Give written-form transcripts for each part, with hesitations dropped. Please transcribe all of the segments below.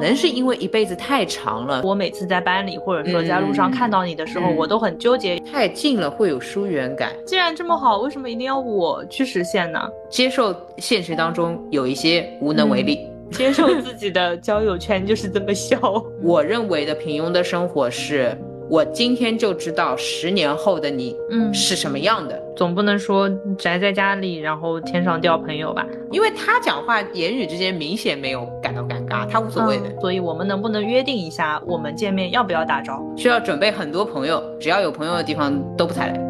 能是因为一辈子太长了， 我每次在班里或者说在路上看到你的时候，我都很纠结， 太近了会有疏远感。 既然这么好，为什么一定要我去实现呢？ 接受现实当中有一些无能为力。 接受自己的交友圈就是这么小。 我认为的平庸的生活是，我今天就知道10年后的你是什么样的。 总不能说宅在家里然后天上掉朋友吧， 因为他讲话言语之间明显没有感到尴尬，他无所谓的。 所以我们能不能约定一下，我们见面要不要大招？ 需要准备很多朋友，只要有朋友的地方都不踩雷。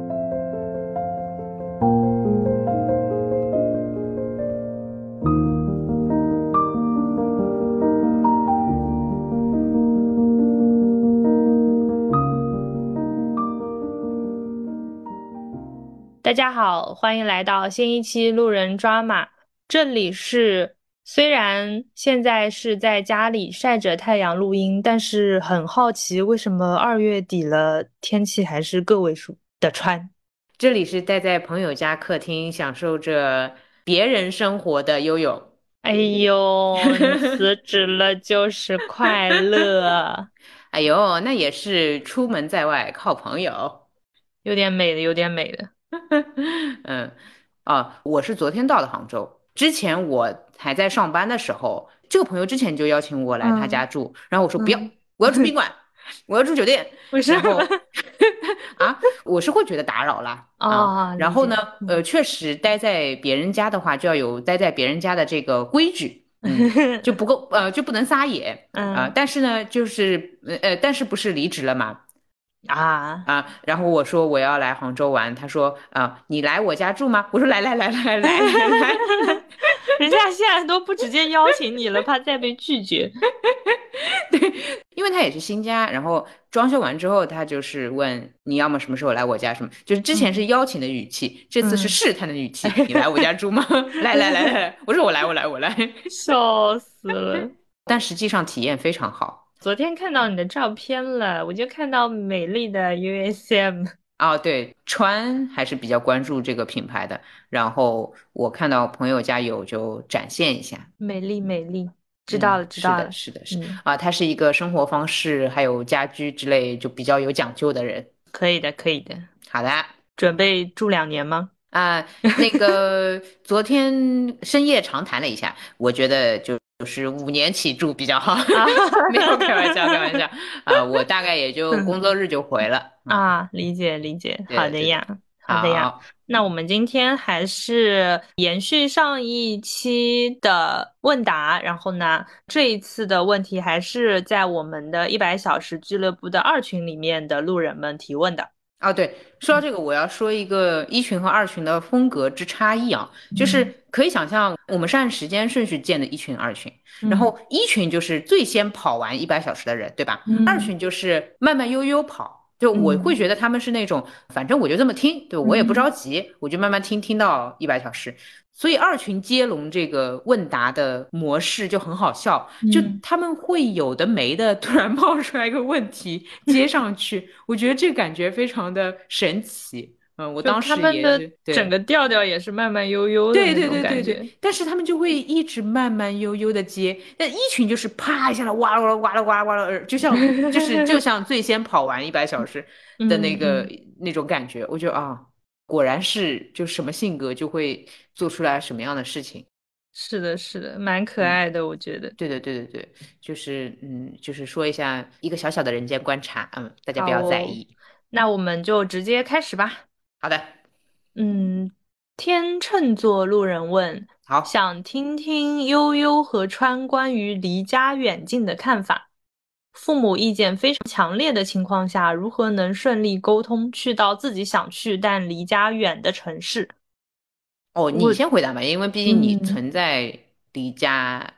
大家好，欢迎来到新一期路人抓马。这里是虽然现在是在家里晒着太阳录音，但是很好奇为什么2月底了天气还是个位数的穿。 这里是待在朋友家客厅享受着别人生活的悠悠。 哎呦，你辞职了就是快乐。 哎呦，那也是出门在外靠朋友。 有点美的，有点美的。 我是昨天到的杭州。之前我还在上班的时候，这个朋友之前就邀请我来他家住，然后我说不要，我要住宾馆，我要住酒店。 为什么？ 然后我是会觉得打扰啦。然后呢，确实待在别人家的话，就要有待在别人家的这个规矩。就不够就不能撒野但是呢，但是不是离职了嘛？然后我说我要来杭州玩，他说你来我家住吗？我说来， 人家现在都不直接邀请你了，怕再被拒绝。 对，因为他也是新家，然后装修完之后，他就是问你要么什么时候来我家，什么就是之前是邀请的语气，这次是试探的语气，你来我家住吗？来，我说我来， 笑死了。 但实际上体验非常好。 昨天看到你的照片了，我就看到美丽的 USM。 对，川还是比较关注这个品牌的，然后我看到朋友家有就展现一下。 美丽，知道了。 是的，他是一个生活方式还有家居之类就比较有讲究的人。 可以的。 好的。 准备住2年吗？ 那个昨天深夜长谈了一下，我觉得就是5年起住比较好。没有开玩笑我大概也就工作日就回了。 理解。好的呀。 好， 那我们今天还是延续上一期的问答，然后呢，这一次的问题还是在我们的100小时俱乐部的2群里面的路人们提问的。 对，说到这个，我要说一个1群和2群的风格之差异就是可以想象，我们是按时间顺序建的1群、2群，然后1群就是最先跑完100小时的人，对吧？2群就是慢慢悠悠跑，就我会觉得他们是那种，反正我就这么听，对，我也不着急，我就慢慢听到100小时。所以2群接龙这个问答的模式就很好笑，就他们会有的没的突然冒出来一个问题接上去，我觉得这感觉非常的神奇。我当时也是， 整个调调也是慢慢悠悠的那种感觉。 对，但是他们就会一直慢慢悠悠的接，但1群就是啪一下来哇啦，就像最先跑完100小时的那种感觉，我觉得果然是就什么性格就会做出来什么样的事情。 是的，蛮可爱的，我觉得。 对，就是说一下一个小小的人间观察，大家不要在意。 那我们就直接开始吧。 好的。 天秤座路人问， 好， 想听听悠悠和川关于离家远近的看法。父母意见非常强烈的情况下，如何能顺利沟通去到自己想去但离家远的城市？ 你先回答吧，因为毕竟你存在离家，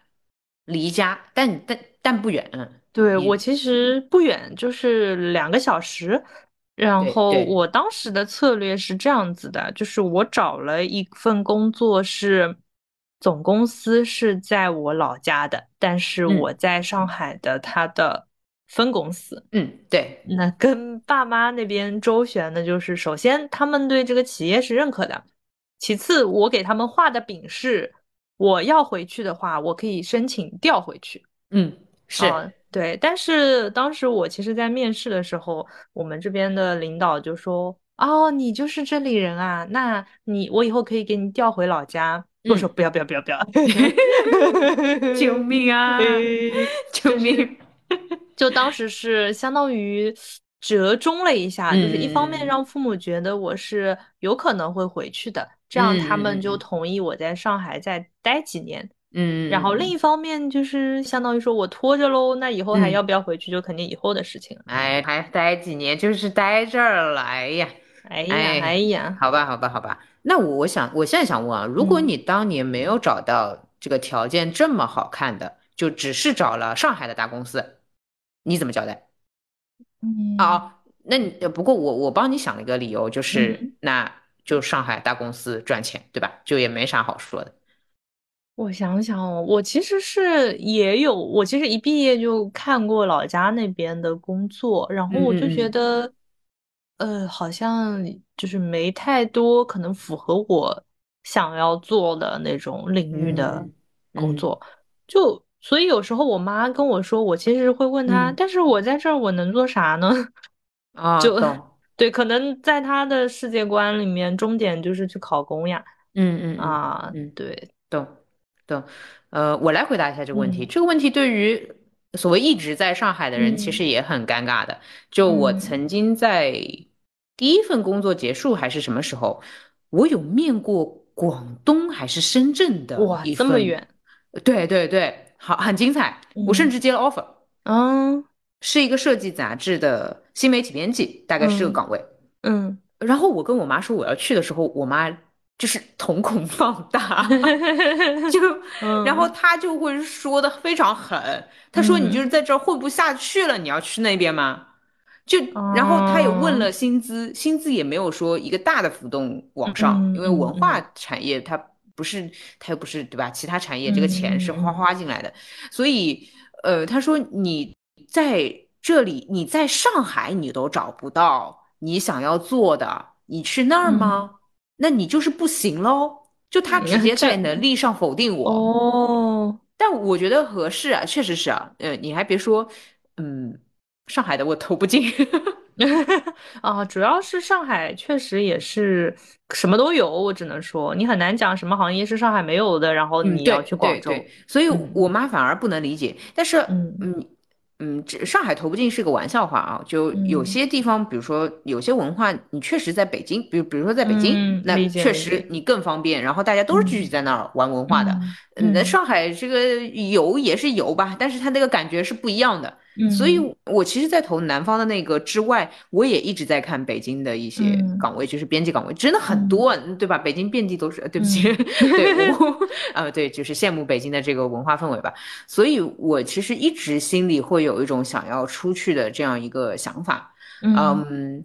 但不远。 对，我其实不远，就是2个小时。然后我当时的策略是这样子的，就是我找了一份工作是总公司是在我老家的，但是我在上海的他的分公司。 对。 那跟爸妈那边周旋的就是，首先他们对这个企业是认可的，其次我给他们画的饼是，我要回去的话，我可以申请调回去。 嗯，是， 对，但是当时我其实，在面试的时候，我们这边的领导就说：“哦，你就是这里人啊，那我以后可以给你调回老家。”我说： 嗯， “不要，不要，不要，不要。” 救命啊！救就是命！ 就当时是相当于折中了一下，就是一方面嗯让父母觉得我是有可能会回去的，这样他们就嗯嗯同意我在上海再待几年。然后另一嗯嗯方面就是相当于说我拖着喽，那以后还要嗯， 不要回去就肯定以后的事情了。 哎，还待几年，就是待这儿了，哎呀， 哎呀，哎哎， 呀， 好吧，好吧，好吧。那我现在想问啊，如果嗯你当年没有找到这个条件这么好看的，就只是找了上海的大公司，你怎么交代？ 嗯啊，那你不过我帮你想了一个理由，就是嗯。 那就上海大公司赚钱，对吧？就也没啥好说的。 我想想哦，我其实是也有，我其实一毕业就看过老家那边的工作，然后嗯我就觉嗯得，好像就是没太多可能符合我想要做的那种领域的嗯嗯工作，所以有时候我妈跟我说，我其实会问她， 嗯但是我在这儿我能做啥呢？ 啊，懂。 对，可能在她的世界观里面，终点就是去考公呀， 嗯嗯嗯啊， 嗯， 对， 懂懂。我来回答一下这个问题。 嗯这个问题对于所谓一直在上海的人，其嗯实也很尴尬的。就我嗯。 曾经在第一份工作结束还是什么时候，我有面过广东还是深圳的哇， 一份， 这么远， 对对对，好，很精彩。我甚嗯至接了 offer， 嗯是一个设计杂志的新媒体编辑，大概是这个嗯岗位。 嗯然后我跟我妈说我要去的时候，我妈就是瞳孔放大，就，然后嗯她就会说的非常狠，她说你就是嗯在这儿混不下去了，你要去那边吗？就，然后她也问哦了薪资，薪资也没有说一个大的浮动往上， 嗯因为文化嗯嗯产业不是，它又不是对吧？其他产业这个嗯钱是哗嗯哗进来的，所以，她说你在这里，你在上海你都找不到你想要做的，你去那儿嗯吗？那你就是不行喽。就他直嗯， 接在能力上否定我， 哦， 但我觉得合适啊，确实是啊。你还别说，嗯，上海的我投不进。 啊，主要是上海确实也是什么都有，我只能说你很难讲什么行业是上海没有的，然后嗯， 你要去对广州。 对对，所以嗯我妈反而不能理解。但是， 嗯嗯这上海投不进是个玩笑话啊。就有嗯些地方，比如说有些文化，你确实在北京，比如说在北京， 嗯， 那理解确理解。 实你更方便，然后大家都是聚集嗯在那儿玩文化的。 嗯那嗯上海这个有也是有吧，但是它那个感觉是不一样的。所以， 嗯我其实，在投南方的那个之外，我也一直在看北京的一些嗯岗位，就是编辑岗位，真的很嗯多，对吧？北京遍地都是，对不起， 嗯。 对我，对，就是羡慕北京的这个文化氛围吧。所以我其实一直心里会有一种想要出去的这样一个想法。 嗯嗯，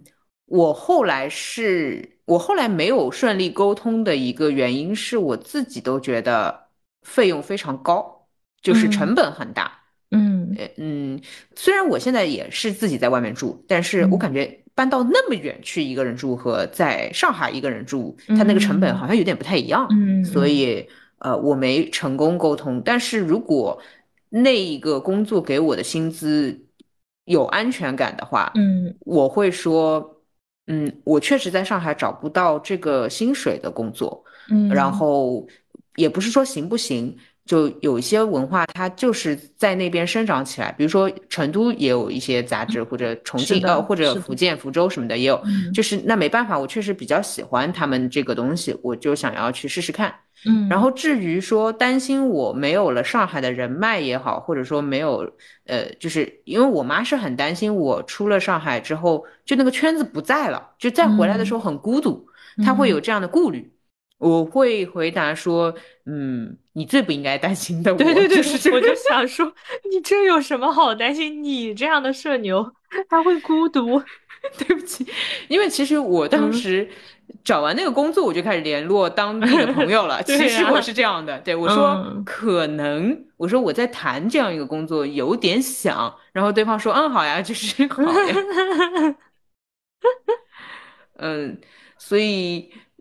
我后来没有顺利沟通的一个原因是我自己都觉得费用非常高，就是成嗯本很大。 嗯虽然我现在也是自己在外面住，但是我嗯感觉搬到那么远去一个人住和在上海一个人住，它那个成本嗯好像有点不太一样，所嗯以我没成功沟通。但是如果那一个工作给我的薪资有安全感的话， 嗯我会说，我确实在上海找不到这个薪水的工作，然嗯后也不是说行不行。就有一些文化，它就是在那边生长起来，比如说成都也有一些杂志，或者重庆， 是的， 或者是的， 福建福州什么的也有， 嗯就是那没办法，我确实比较喜欢他们这个东西，我就想要去试试看。然嗯后至于说担心我没有了上海的人脉也好，或者说没有，就是因为我妈是很担心我出了上海之后，就那个圈子不在了，就再回来的时候嗯很孤独，她会有嗯， 这样的顾虑。我会回答说，你最不应该担心的我对对对， 就是这个。 我就想说，你这有什么好担心？你这样的社牛，他会孤独。 对不起，因为其实我当嗯时找完那个工作，我就开始联络当地的朋友了。其对呀， 实我是这样的，对，我说嗯可能，我说我在谈这样一个工作，有点想，然后对方说，好呀，就是好呀。嗯，所以。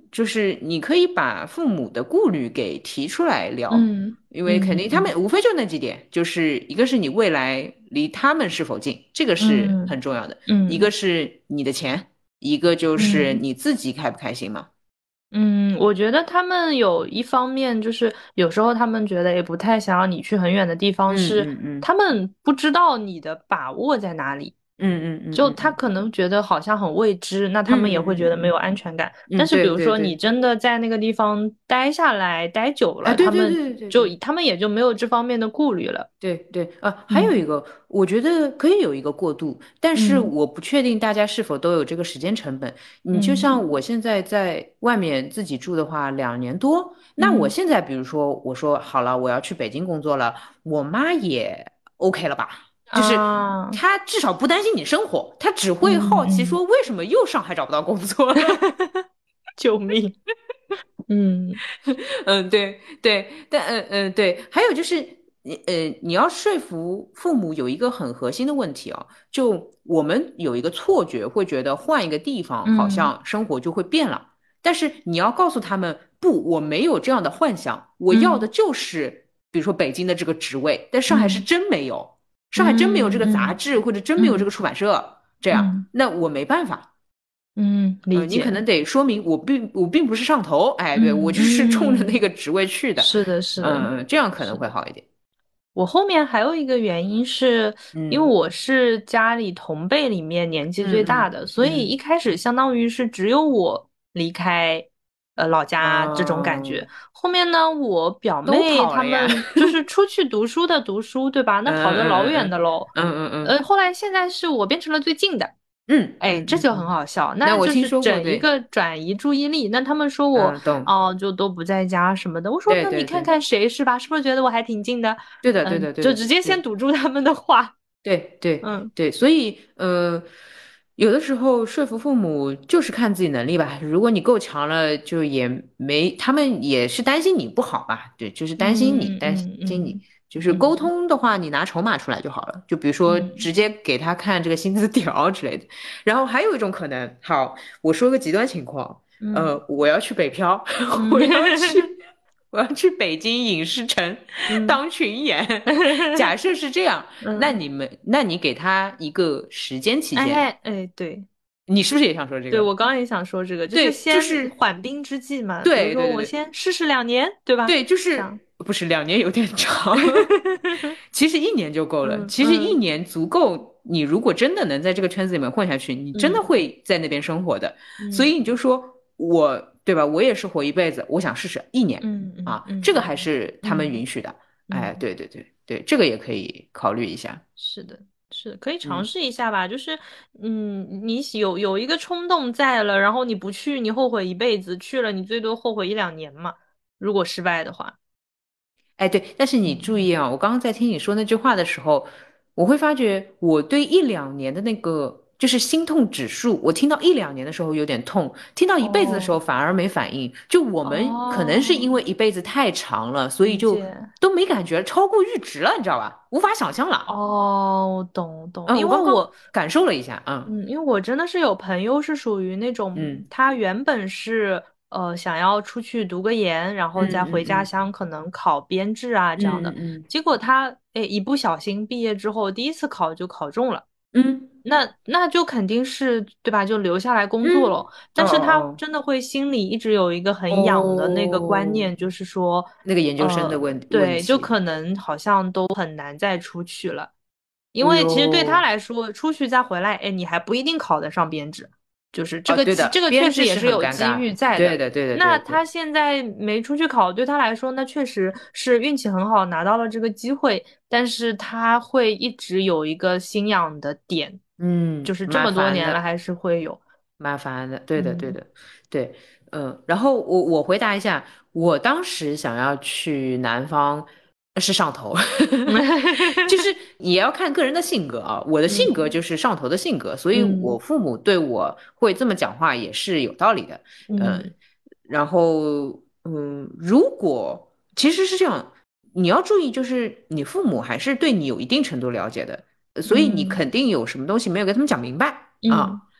就是你可以把父母的顾虑给提出来聊， 嗯因为肯定他们嗯无非就那几点，就是一个是你未来离他们是否近，这个是嗯很重要的，一嗯个是你的钱，一个就是嗯你自己开不开心嘛。 我觉得他们有一方面就是有时候他们觉得也不太想要你去很远的地方， 嗯是嗯嗯他们不知道你的把握在哪里。 嗯嗯嗯就嗯嗯他可能觉得好像很未知，那他们也嗯嗯会觉得没有嗯嗯安全感。但嗯， 是比如说你对对对， 真的在那个地方待下来，待久啊， 了， 对对对对对。 他们也就没有这方面的顾虑了。 对对，还有一嗯个，我觉得可以有一个过渡，但是嗯我不确定大家是否都有这个时间成本。你就嗯像我现在在外面自己住的话，2年多，那我嗯现在比如说我说好了，我要去北京工作了，我妈也 OK 了吧？就是啊她至少不担心你生活，她只会好奇嗯嗯， 说为什么又上海找不到工作。 救命！嗯嗯，对对，但对，还有就是你要说服父母有一个很核心的问题啊，就我们有一个错觉，会觉得换一个地方好嗯像生活就会变了，但是你要告诉他们，不，我没有这样的幻想，我要的嗯就是比如说北京的这个职位，但上海是嗯真没有，上海真没有这个杂嗯嗯志，或者真没有这个嗯出版社，这样， 嗯那我没办法。 理你可解。 能得说明我并不是上头，哎，对，我嗯就是冲着那嗯， 个职位去的， 是的，是的， 这样可能是的。 会好一点。 我后面还有一个原因是，因为嗯我是家里同辈里面年纪最嗯大的，所以一嗯嗯， 开始相当于是只有我离开老家这种感哦， 觉。后面呢，我表都妹她跑了呀。 们就是出去读书的读书，对吧？那嗯跑得老嗯嗯远的喽。 嗯嗯嗯嗯后来现在是我变成了最近的。哎， 嗯嗯这就很嗯嗯， 好笑，那就是那我听说过，对， 整一个转移注意力。那他们说我懂， 哦，就都不在家什么的。我说对对对那你看看谁是吧？是不是觉得我还挺近的？ 对的对的对的， 就直接先对。 堵住他们的话。 对对嗯对，所以有的时候说服父母就是看自己能力吧。如果你够强了，就也没，他们也是担心你不好吧？对，就是担心你， 嗯担嗯嗯心你。就是沟嗯通的话，你拿筹码出来就好了。就比如说嗯直接给他看这个薪资条之类的。然后还有一种可能，好，我说个极端情况， 嗯我要去北漂， 嗯我要去。我要去北京影视城嗯当群演。假设是这样，那嗯， 那你给他一个时间期限， 哎哎，对你是不是也想说这对， 个？ 我刚刚也想说这个，就是对，就先是缓兵之计嘛。比如说我对对对对先试试2年，对吧？ 对，就这样。 是不是2年有点长，其实1年就够了。其实一嗯嗯年足够。你如果真的能在这个圈子里面混下去，你真的嗯会在那边生活的。所以嗯你就说我，对吧？我也是活一辈子，我想试试1年嗯嗯啊，这个还嗯嗯是他们嗯允许的。哎， 嗯。 对对对对，这个也可以考虑一下。 是的，是的，可以尝嗯。 试一下吧。就是，你有一个冲动在了，然后你不去，你后悔一辈子；去了，你最多后悔1、2年嘛。如果失败的话， 哎，对，但是你嗯， 注意啊，我刚刚在听你说那句话的时候，我会发觉我对1、2年的那个就是心痛指数，我听到1、2年的时候有点痛，听到一辈子的时候哦反而没反应。就我们可能是因哦， 为一辈子太长了，所以就理解。 都没感觉，超过阈值了，你知道吧？无法想象了。 哦，懂懂， 嗯，我刚刚因为我感受了一下， 因为我真的是有朋友是属于那种， 嗯他原本是想要出去读个研，然后嗯再回家嗯乡可能考编制啊这样的， 嗯嗯结果他一不小心毕业之后第一次考就考中了， 嗯那就肯定是对吧？就留下来工作嗯了。 嗯，哦但是他哦真的会心里一直有一个哦很痒的那个观哦， 念，就是说， 那个研究生的问对，就题， 可能好像都很难再出去了。因哦为其实对他哟。 来说，出去再回来，哎，你还不一定考得上编制，就是这哦， 个机， 对的， 这个确实也编制是很是有机尴尬。 遇在的。 对的，对的，对那的，对的。 他现在没出去考，对他来说，那确实是运气很好，拿到了这个机会，但是他会一直有一个心痒的点，就是这蛮么多烦的， 年了还是会有。 蛮烦的。对的，对嗯的，对，然后我回答一下，我当时想要去南方是上头，就是也要看个人的性格啊。我的性格嗯就是上头的性格，所以我嗯父母对我会这么讲话也是有道理的。 嗯然后如果其实是这样，你要注意，就是你父母还是对你有一定程度了解的，所以你嗯肯定有什么东西没有跟他们讲明白嗯啊。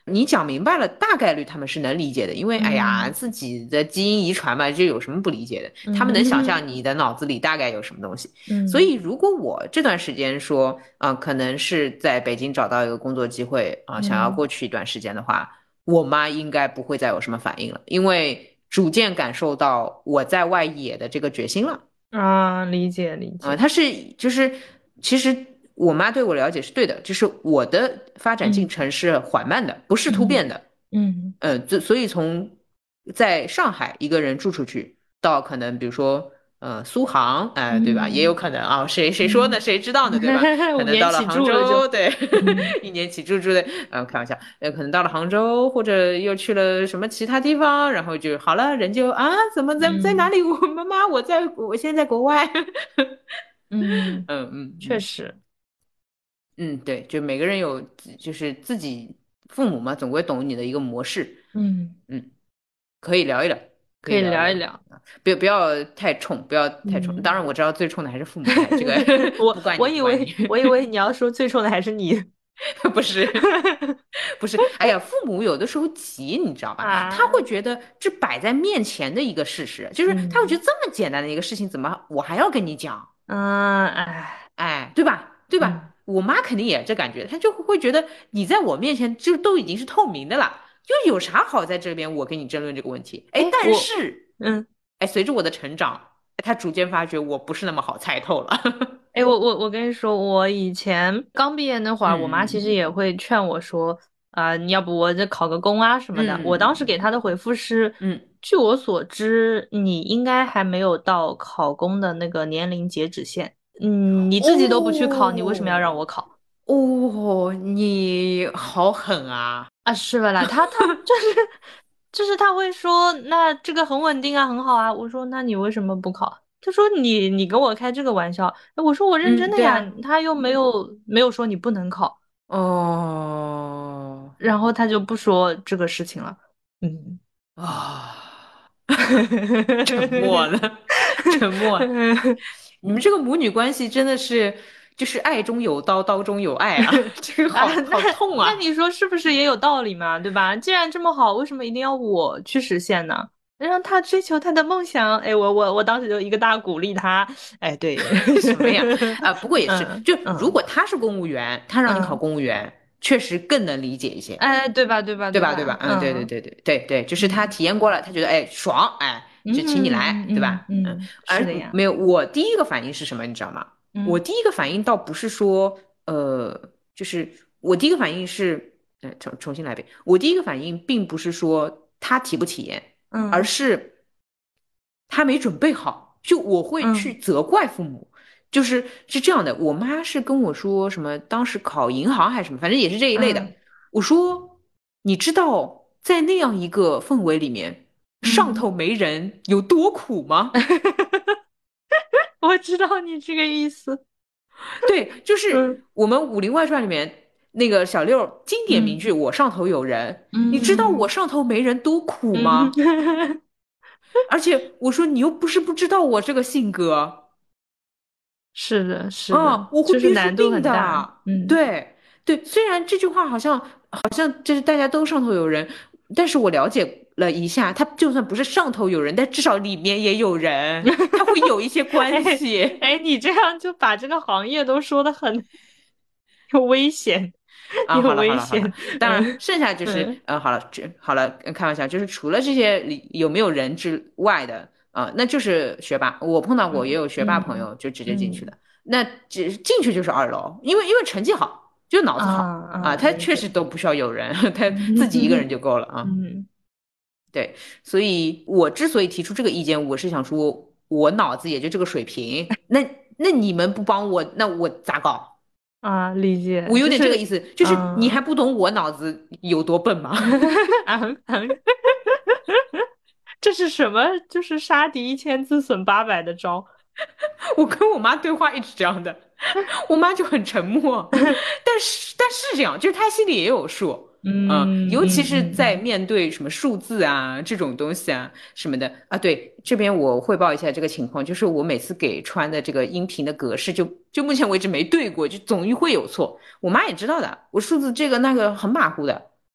你讲明白了，大概率他们是能理解的，因为哎呀， 嗯自己的基因遗传嘛，这有什么不理解的？他们能想嗯象你的脑子里大概有什么东西。所嗯以，如果我这段时间说，可能是在北京找到一个工作机会想要嗯过去一段时间的话，我妈应该不会再有什么反应了，因为逐渐感受到我在外野的这个决心了。 理解理解， 她是就是其实我妈对我了解是对的，就是我的发展进嗯程是缓慢的，不是突嗯变的。 嗯所以从在上海一个人住出去，到可能比如说苏杭，对吧？也有嗯可能啊，谁说呢？ 嗯， 谁知道呢？对吧？可能到了 5年起杭州， 住了就， 对， 嗯一年起住的，开玩笑，可能到了杭州，或者又去了什么其他地方，然后就好了，人就怎么在哪嗯里？我妈妈，我现在在国外， 嗯， 嗯嗯嗯确实， 嗯，对，就每个人有就是自己父母嘛，总归懂你的一个模式， 嗯， 嗯。可以聊一聊，可可以以聊一聊聊一聊。 啊，不要太冲，不要太冲。当嗯， 然我知道最冲的还是父母，哎，这个我不怪你， 我以不怪你， 为我以为你要说最冲的还是你。 不是不是，哎呀，父母有的时候急，你知道吧？他啊， 会觉得这摆在面前的一个事实，就是他会觉嗯得这么简单的一个事情，怎么我还要跟你讲？ 哎， 哎，对吧？对吧？ 嗯， 我妈肯定也这感觉，她就会觉得你在我面前就都已经是透明的了，就有啥好在这边我跟你争论这个问题？哎， 哎， 但是。 嗯。 哎，随着我的成长，他逐渐发觉我不是那么好猜透了。 哎，我跟你说，我以前刚毕业那会儿，我妈其嗯实也会劝我说，你要不我这考个公啊什么的。我当时给嗯她的回复是， 嗯据我所知，你应该还没有到考公的那个年龄截止线。你自己都不去考，你为什么要让我哦考哦，你好狠啊！ 啊？是吧啦？她就是她会说，那这个很稳定啊，很好啊。我说，那你为什么不考？她说你跟我开这个玩笑。哎我说我认真嗯， 的呀， 对啊， 他又没有说你不能考。 哦然后他就不说这个事情了。嗯， 啊，沉默了，沉默。你们这个母女关系真的是，就是爱中有刀，刀中有爱啊，这个啊， 好痛啊！ 那你说是不是也有道理嘛？对吧？既然这么好，为什么一定要我去实现呢？让他追求他的梦想。哎，我当时就一个大鼓励他。哎，对， 什么呀？不过也是， 嗯就如嗯果他是公务员，他让你考嗯， 公务员，确实更能理解一些， 哎，对吧？对吧？ 对吧？对对吧？ 吧？对对嗯对对对对，就是他嗯体验过了，他觉得哎爽，哎，就请你来，对吧？而是的呀。 没有，我第一个反应是什么，你知道吗？我嗯第一个反应倒不是说，就是我第一个反应是，重新来一遍，我第一个反应并不是说他体不体验，而嗯是他没准备好，就我会去嗯责怪父母。是这样的，我妈是跟我说什么，当时考银行还是什么，反正也是这一类的。 嗯我说，你知道在那样一个氛围里面，上嗯， 头没人有多苦吗？ 我知道你这个意思。 对，就是嗯我们《武林外传》里面那个小六经典名嗯句"我上头有人"，你知道我嗯上头没人多苦嗯。 吗？而且我说你又不是不知道我这个性格。 是的，是的， 我会就是难度憋出病很大。 的。 嗯， 对对，虽然这句话好像就是大家都上头有人，但是我了解了一下，他就算不是上头有人，但至少里面也有人，他会有一些关哎系。 哎，你这样就把这个行业都说的很有危险，有好了好了好了， 危险。 当然嗯剩下就是嗯好了，好了，开玩笑，就是除了这些里有没有人之外的那就是学霸。我碰到过也嗯有学霸朋嗯友就直接进去嗯的，那只进去就是2楼，因为成绩好，就脑子好他确实理解。 都不需要有人，他自己一个人就够了啊。 嗯对，所以我之所以提出这个意见，我是想说，我脑子也就这个水平，那你们不帮我，那我咋搞？ 理解， 我有就是点这个意思，就是你还不懂我脑子有多笨吗？ 嗯，这是什么？就是杀敌1,000自损800的招。 我跟我妈对话一直这样的，我妈就很沉默，但是这样，就是她心里也有数，尤其是在嗯面对什么数字啊这种东西啊什么的啊，对，这边我汇报一下这个情况，就是我每次给川的这个音频的格式就目前为止没对过，就总会有错，我妈也知道的，我数字这个那个很马虎的，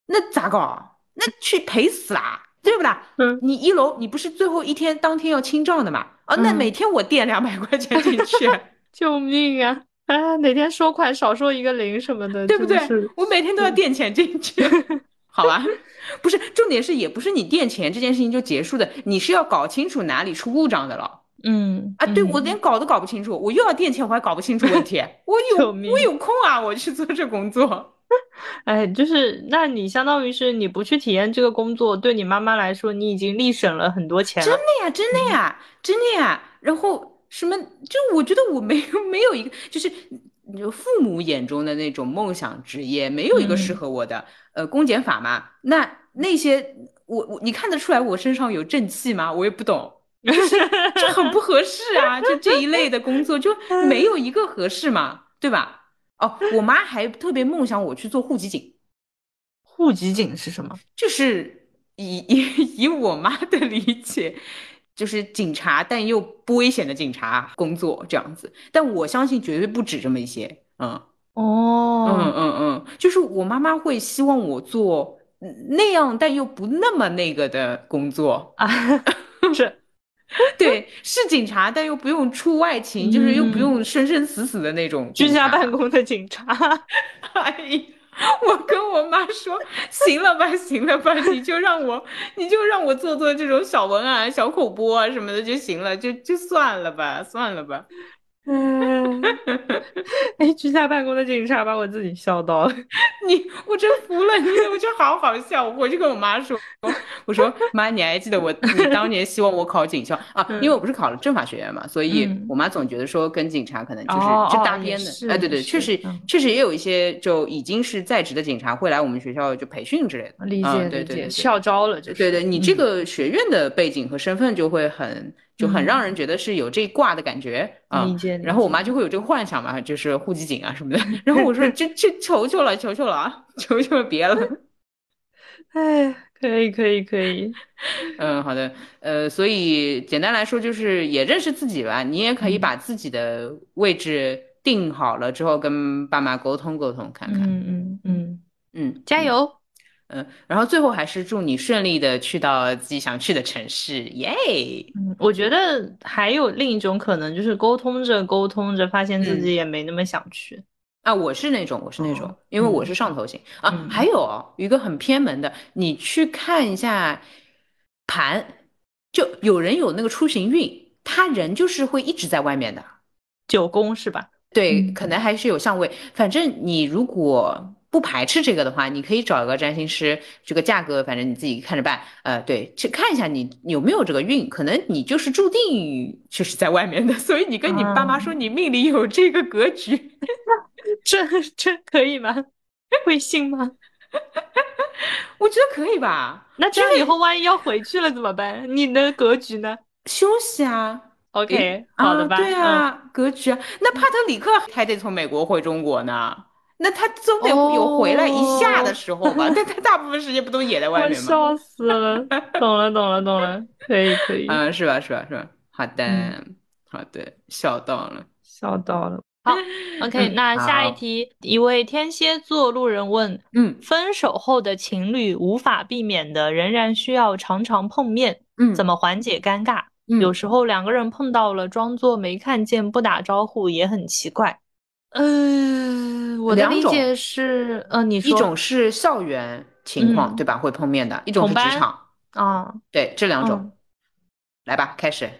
那咋搞？那去赔死啦，对不啦？ 嗯你一楼你不是最后一天当天要清账的嘛？啊，那每嗯， 天我垫200块钱进去， 救命啊！啊，哪天收款少收一个零什么的， 对不对？ 真是。 我每天都要垫钱进去，好吧？不是，重点是也不是你垫钱这件事情就结束的，你是要搞清楚哪里出故障的了。啊，对，我连嗯， 搞都搞不清楚，我又要垫钱，我还搞不清楚问题，我救命！ 有空啊，我去做这工作。 哎，就是那你相当于是你不去体验这个工作，对你妈妈来说，你已经力省了很多钱了。 真的呀，真的嗯呀，真的呀。然后什么，就我觉得我没有一个，就是你父母眼中的那种梦想职业，没有一个适嗯， 合我的。公检法嘛，那些你看得出来我身上有正气吗？我也不懂，就是这很不合适啊，就这一类的工作就没有一个合适嘛，对吧？哦，我妈还特别梦想我去做户籍警。 户籍警是什么？ 就是以我妈的理解，就是警察，但又不危险的警察工作这样子。但我相信绝对不止这么一些， 哦， 就是我妈妈会希望我做那样，但又不那么那个的工作。 啊，这， 对，是警察，但又不用出外勤，就是又不嗯， 用生生死死的那种居家办警察。 公的警察。 哎呀，我跟我妈说，行了吧，行了吧，你就让我做做这种小文案、小口播啊什么的就行了，就算了吧，算了吧。 嗯，哎，居家办公的警察把我自己笑到了。 我真服了你，我觉得好好笑。我回去跟我妈说，我说妈，你还记得你当年希望我考警校啊？因为我嗯不是考了政法学院嘛，所以我嗯， 妈总觉得说跟警察可能哦就是哦， 搭边的。 也是哎，对对，确也是， 实嗯， 确实也有一些就已经是在职的警察会来我们学校就培训之类的。 理解对理解， 对对对。 校招了就是， 对对，你这嗯， 个学院的背景和身份就很让嗯， 人觉得是有这一挂的感觉啊。 理解理然后我解。 妈就会有这个幻想嘛，就是户籍警啊什么的。然后我说这求求了，求求了啊，求求了，别了。 哎，可以可以可以， 嗯，好的。所以简单来说就是也认识自己吧，你也可以嗯把自己的位置定好了之后，跟爸妈沟通沟通看看。 嗯嗯嗯， 嗯嗯加油！ 然后最后还是祝你顺利的去到自己想去的城市，耶！ 嗯，我觉得还有另一种可能，就是沟通着沟通着，发现自己嗯。 也没那么想去。 啊，我是那种， 哦， 因为我是嗯上头型啊。还嗯， 有一个很偏门的，你去看一下盘，就有人有那个出行运，他人就是会一直在外面的。 九宫是吧？ 对， 嗯可能还是有相位。反正你如果不排斥这个的话，你可以找一个占星师，这个价格反正你自己看着办。对，去看一下你有没有这个运，可能你就是注定就是在外面的，所以你跟你爸妈啊， 说你命里有这个格局。 这可以吗？会信吗？ 我觉得可以吧。 那这样以后万一要回去了怎么办？你的格局呢休息啊，诶 ？OK，好的啊， 吧， 对嗯， 啊，格局啊，那帕特里克还得从美国回中国呢，那他总得有回来一下的哦， 时候吧？但他大部分时间不都也在外面吗？ 我笑死了，懂了懂了懂了，可以可以， 是吧？是吧？是吧？好嗯， 的，好的，笑到了。 笑到了。好，OK，那下一好， 题，一位天蝎座路人问： 嗯分手后的情侣无法避免的，仍然需要常常碰面，怎嗯么缓解尴尬？有嗯， 时候两个人碰到了，装作没看见，不打招呼也很奇怪。我的两种， 理解是，你一种说， 是校园情况， 嗯， 对吧？会碰面的，一种是职同班场， 啊， 对，这两种， 嗯， 来吧，开始。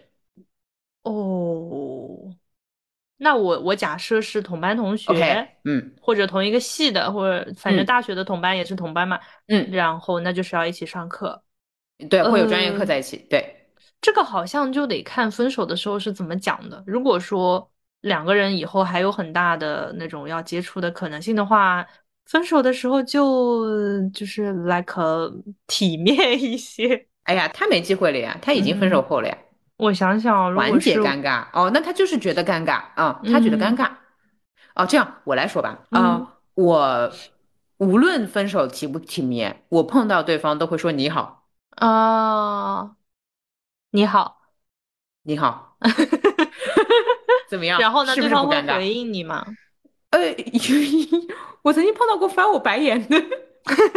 哦，那我假设是同班同 OK， 学， 嗯或者同一个系的，或者反正嗯大学的同班也是同班嘛， 嗯， 然后那就是要一起上课。 对，会有专业课呃， 在一起，对。 这个好像就得看分手的时候是怎么讲的。如果说两个人以后还有很大的那种要接触的可能性的话，分手的时候就是 like 体面一些。 哎呀，他没机会了呀，他已经分手嗯， 后了呀， 我想想，如果缓解是， 尴尬哦，那他就是觉得尴尬啊，他觉得尴嗯尬哦。这样我来说吧， 嗯我无论分手体不体面，我碰到对方都会说你好， 啊，你好。 你好，怎么样？ 然后呢， 是不对是不尴尬？ 方会回应你吗？ 呃，我曾经碰到过翻我白眼的，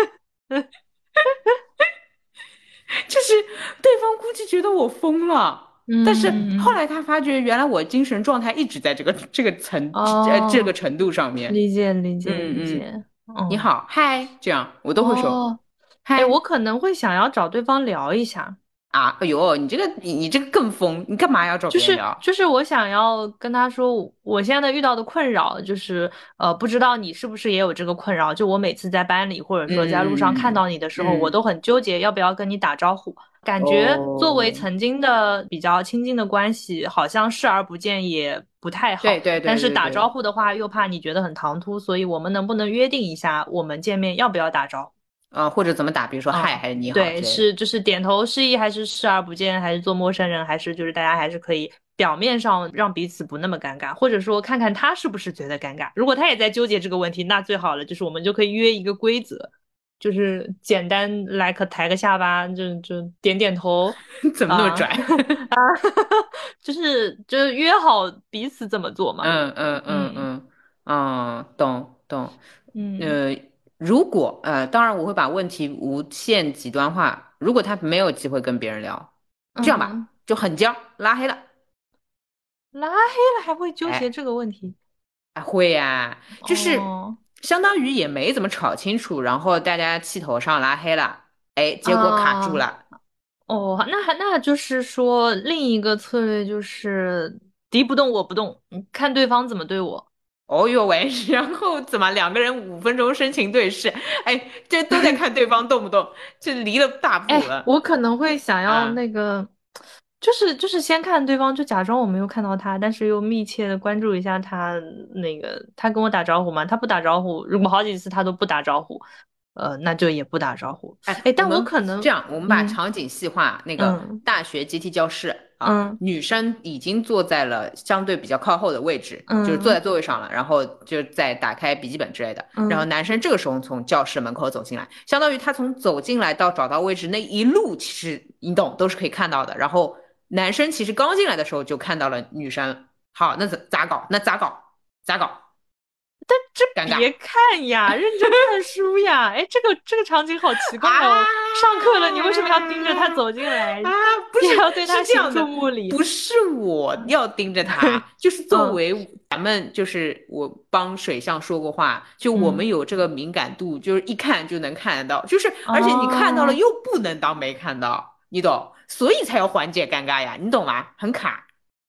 就是对方估计觉得我疯了，但是后嗯， 来他发觉原来我精神状态一直在这个哦， 程度上面。 理解理解嗯嗯， 理解，哦你好，嗨，这样我都会说哦，哎， 嗨我可能会想要找对方聊一下。 啊。哎呦，你这个更疯，你干嘛要找就是别人聊？ 就是我想要跟他说，我现在遇到的困扰就是，不知道你是不是也有这个困扰？就我每次在班里或者说在路上看嗯到你的时候，我嗯， 都很纠结要不要跟你打招呼。感觉作为哦， 曾经的比较亲近的关系，好像视而不见也不太好。 对对但是打招对对对， 呼的话，又怕你觉得很唐突，所以我们能不能约定一下，我们见面要不要打招呼？ 或者怎么打，比如说嗨嗯， 还是你好对， 之类的。 就是点头示意，还是视而不见，还是做陌生人，还是就是大家还是可以表面上让彼此不那么尴尬，或者说看看他是不是觉得尴尬。如果他也在纠结这个问题，那最好了，就是我们就可以约一个规则，就是简单来个抬个下巴，就点点头怎么那么啊拽？ 啊，就是约好彼此怎么做嘛。 嗯嗯嗯嗯嗯懂懂。 嗯呃，如果当然我会把问题无限极端化。如果他没有机会跟别人聊，这样嗯， 吧，就很僵，拉黑了。 拉黑了还会纠结哎， 这个问题？ 会呀、就是哦。 相当于也没怎么吵清楚，然后大家气头上拉黑了，哎，结果卡住啊， 了。 哦，那就是说，另一个策略就是敌不动我不动，看对方怎么对我。 哦哟喂，然后怎么两个人5分钟深情对视？哎，这都在看对方动不动，这离了大谱哎， 了我可能会想要啊！ 那个，就是先看对方，就假装我没有看到他，但是又密切的关注一下他那个，他跟我打招呼吗？他不打招呼，如果好几次他都不打招呼，那就也不打招呼。 哎， 哎，但我我们可能， 这样，我们把嗯场景细化，那个嗯大学阶梯教室啊， 嗯女生已经坐在了相对比较靠后的位置，就是坐嗯在座位上了，然后就在打开笔记本之类的。然后嗯男生这个时候从教室门口走进来，相当于他从走进来到找到位置那一路，其实你懂都是可以看到的。然后男生其实刚进来的时候就看到了女生，好，那咋搞？那咋搞？咋搞？ 这尴尬别看呀，认真看书呀！哎，这个场景好奇怪哦。 啊！ 上课了，你为什么要盯着他走进来？ 啊，不是， 你还要对他行注是这样的， 目礼？ 不是我要盯着他，就是作嗯为咱们，就是我帮水象说过话，就我们嗯， 有这个敏感度，就是一看就能看得到，就是而且你看到了哦又不能当没看到，你懂，所以才要缓解尴尬呀，你懂吗？很卡，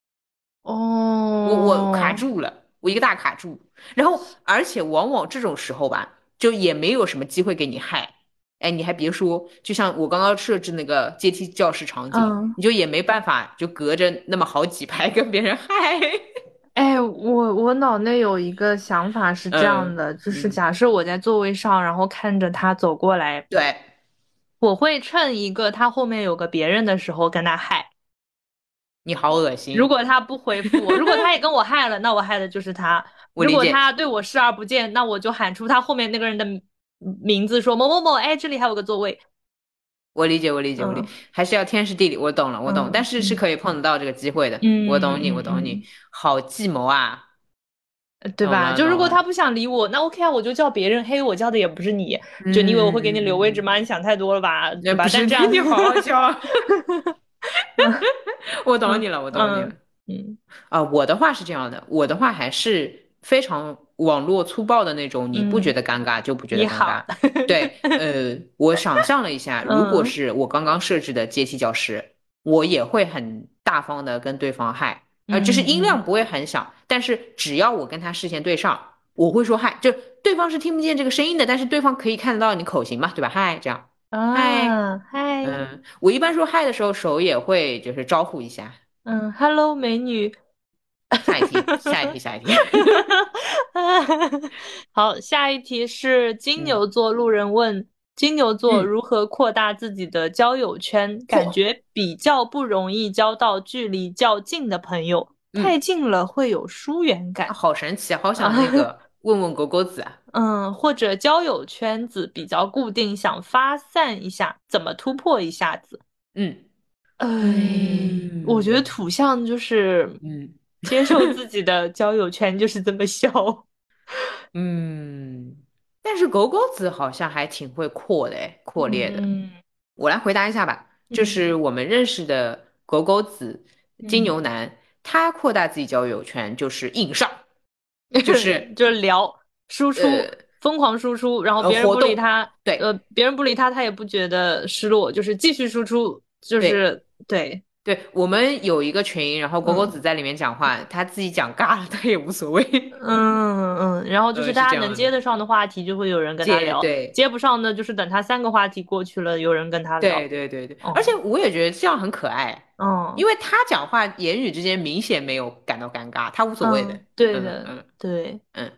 我卡哦， 住了，我一个大卡住，然后而且往往这种时候吧，就也没有什么机会给你害。哎，你还别说，就像我刚刚设置那个阶梯教室场景， 嗯， 你就也没办法，就隔着那么好几排跟别人嗨。 哎，我脑内有一个想法是这样嗯的，就是嗯， 假设我在座位上，然后看着他走过来， 对， 我会趁一个他后面有个别人的时候跟他嗨。 你好恶心， 如果他不回复我，如果他也跟我害了，那我害的就是他。如果我理解， 他对我视而不见，那我就喊出他后面那个人的名字，说某某某，哎，这里还有个座位。 我理解，我理解，我理解， 嗯还是要天时地利，我懂了，我懂，但是是嗯嗯可以碰得到这个机会的，我懂你，我嗯懂你，好计谋啊， 对吧？ 懂了，懂了， 就如果他不想理我，那 OK 啊，我就叫别人。嘿，我叫的也不是你，就你以为我嗯会给你留位置吗？ 嗯嗯嗯， 你想太多了吧，对吧？ 那不是， 但这样， 你好好笑啊。我懂嗯你了，我懂你了。 嗯嗯我的话是这样的，我的话还是非常网络粗暴的那种，你不觉嗯， 得尴尬就不觉得你好， 尴尬。对，我想象了一下，如果嗯是我刚刚设置的阶梯教室，我也会很大方的跟对方嗨，就是嗯嗯音量不会很小，但是只要我跟他视线对上，我会说嗨，就对方是听不见这个声音的，但是对方可以看得到你口型嘛，对吧？嗨，这样，嗨， 啊，嗨， 我一般说嗨的时候，手也会就是招呼一下。 Hello，美女。 下一题，下一题，下一题。 好，下一题是金嗯牛座路人问金牛座嗯， 如何扩大自己的交友圈，感嚯， 觉比较不容易交到距离较近的朋友，太嗯， 近了会有疏远感好神奇啊，好啊。 想那个问问狗狗子啊。 或者交友圈子比较固定，想发散一下，怎么突破一下子？ 嗯哎，我觉得嗯土象就是嗯接受自己的交友圈就是这么小。 嗯， 但是狗狗子好像还挺会扩的，哎，扩列的。 嗯我来回答一下吧，就是嗯我们认识的狗狗子金嗯， 牛男，他扩大自己交友圈就是硬上，就是就是聊输出， 呃疯狂输出，然后别人不理活动， 他， 对别人不理他，他也不觉得失落，就是继续输出，就对是对， 对，我们有一个群，然后狗狗嗯。 子在里面讲话，他自己讲尬了，他也无所谓， 然后就是大家能是这样的， 接得上的话题，就会有人跟他聊； 对接不上的，就是等他3个话题过去了，有人跟他聊。 对，而且哦， 我也觉得这样很可爱， 嗯因为他讲话言语之间明显没有感到尴尬，他无所谓的， 嗯，对的， 嗯嗯对， 嗯。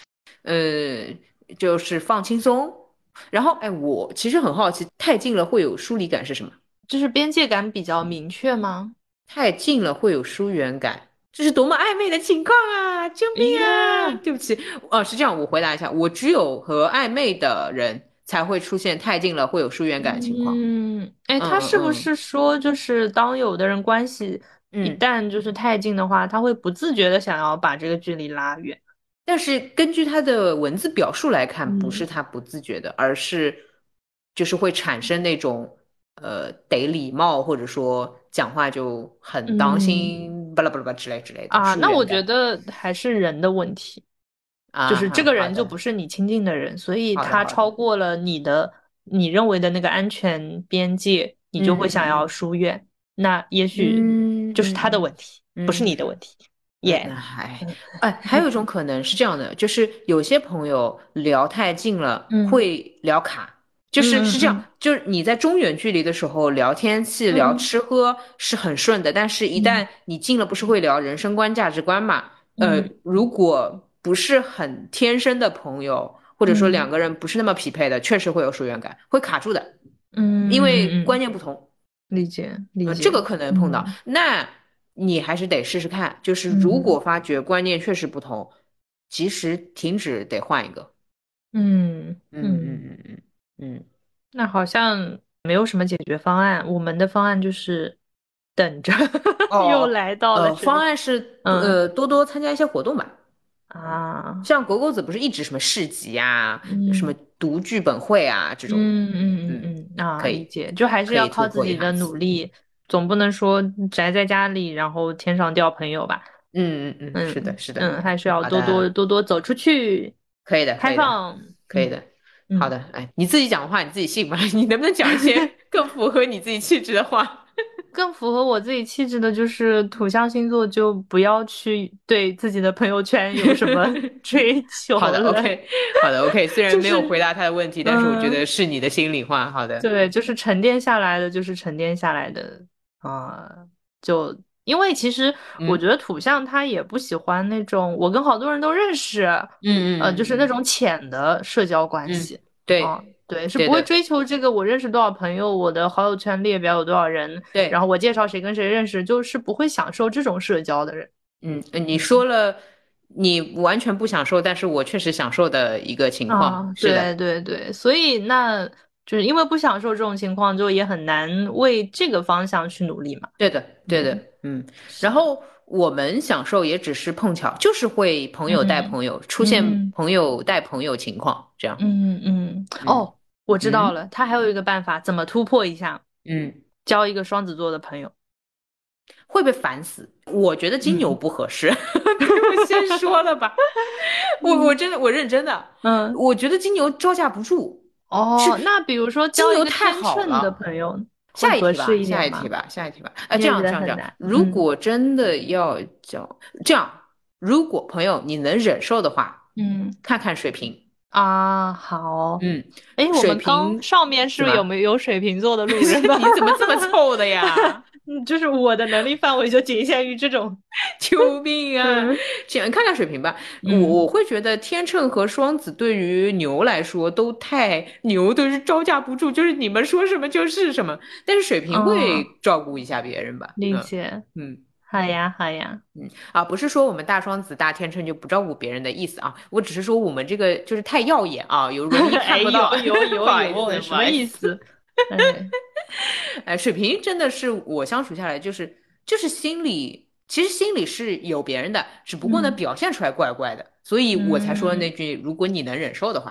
就是放轻松。然后，哎，我其实很好奇，太近了会有疏离感是什么？ 就是边界感比较明确吗？ 太近了会有疏远感，这是多么暧昧的情况啊！救命啊！ 耶， 对不起，是这样，我回答一下，我只有和暧昧的人才会出现太近了会有疏远感的情况。 哎， 嗯他是不嗯嗯是说，就是当有的人关系一嗯。 旦就是太近的话，他会不自觉的想要把这个距离拉远？ 但是根据他的文字表述来看，不是嗯他不自觉的，而是就是会产生那种得礼貌，或者说讲话就很当嗯心，巴拉巴拉巴拉之类的啊，那我觉疏远感得还是人的问题。就啊。好是这个人就不好的是你亲近的人，所以他好的好的， 超过了你认为的那个安全边界，你就会想要嗯嗯疏远。那也许嗯就是他的问嗯嗯题，不是嗯你的问题。 那耶， 还嗯哎，还有一种可能是这样的，就是有些朋友聊太近了嗯会聊卡，是这样， 嗯嗯就是你在中远距离的时候聊天气、聊嗯吃喝是很顺的，但是一旦嗯你近了，不是会聊人生观、价值观嘛？ 嗯如果不是很天生的朋友，或者说两嗯个人不是那么匹配的，确实会有疏远感，会卡住的，因为观嗯念不同。 理解理这个解， 可能碰到， 嗯那你还是得试试看。就是如嗯果发觉观念确实不同，及时停止，得换一个。 嗯嗯嗯嗯， 嗯嗯嗯， 那好像没有什么解决方案，我们的方案就是等着，又哦， 来到了这里， 方案是嗯多多参加一些活动吧。 啊。 像狗狗子不是一直什么市集啊，什么嗯读剧本会啊这种，嗯， 啊， 可以理解，就还是要可以突靠自己的破一下子。 努力，总不能说宅在家里，然后天上掉朋友吧？ 是的， 嗯是的。 还是要多多好的， 多多走出去， 可以的，可以的， 开放。嗯可以的。好嗯， 的，哎，你自己讲的话你自己信吧？你能不能讲一些更符合你自己气质的话？ 更符合我自己气质的就是土象星座，就不要去对自己的朋友圈有什么追求好的了， ，OK，好的，OK。虽然就是没有回答他的问题，但是我觉得嗯。 是你的心里话。好的， 对，就是沉淀下来的，就是沉淀下来的啊、就因为其实我觉嗯得土象他也不喜欢那种我跟好多人都认识，就是那种浅的社交关系啊、 对， 对，是对的， 不会追求这个我认识多少朋友，我的好友圈列表有多少人，然后对， 我介绍谁跟谁认识，就是不会享受这种社交的人。 你说了，你完全不享受，但是我确实享受的一个情况。是对的， 对对，所以那就是因为不享受这种情况，就也很难为这个方向去努力嘛。 对的，对的， 嗯， 然是， 后我们享受也只是碰巧，就是会朋友带嗯朋友，出现嗯朋友带朋友情况，这样。嗯哦，我知道嗯了，他还有一个办法，怎么突破一下？ 嗯， 交一个双子座的朋友。 会被烦死。我觉得金牛嗯不合适，对，我先说了吧。我嗯真的我认真的， 嗯， 我觉得金牛招架不住，是哦，那比如说交一个金牛太天秤的好了。 朋友会下一合适题吧， 一点吗？ 下一题吧。 你也觉得这样， 很难。 如果真的要交，这样，如果朋友你能忍受的话， 嗯看看水瓶。 好。 嗯， 哎，我水们刚瓶上面是不是怎么？ 有水瓶座的路人吧？ 你怎么这么凑的呀？ 就是我的能力范围就仅限于这种。 救命啊！ 嗯看看水瓶吧。 嗯我会觉得天秤和双子对于牛来说都太牛，都是招架不住，就是你们说什么就是什么。但是水瓶嗯， 会照顾一下别人吧？ 理解。 嗯好呀好呀。 不是说我们大双子、大天秤就不照顾别人的意思啊，我只是说我们这个就是太耀眼啊，容易哎， 看不到。不好意思， 什么不好意思。 意思？哎， 哎，水瓶真的是我相处下来，就是心里其实心里是有别人的，只不过呢嗯表现出来怪怪的，所以我才说那嗯句，如果你能忍受的话，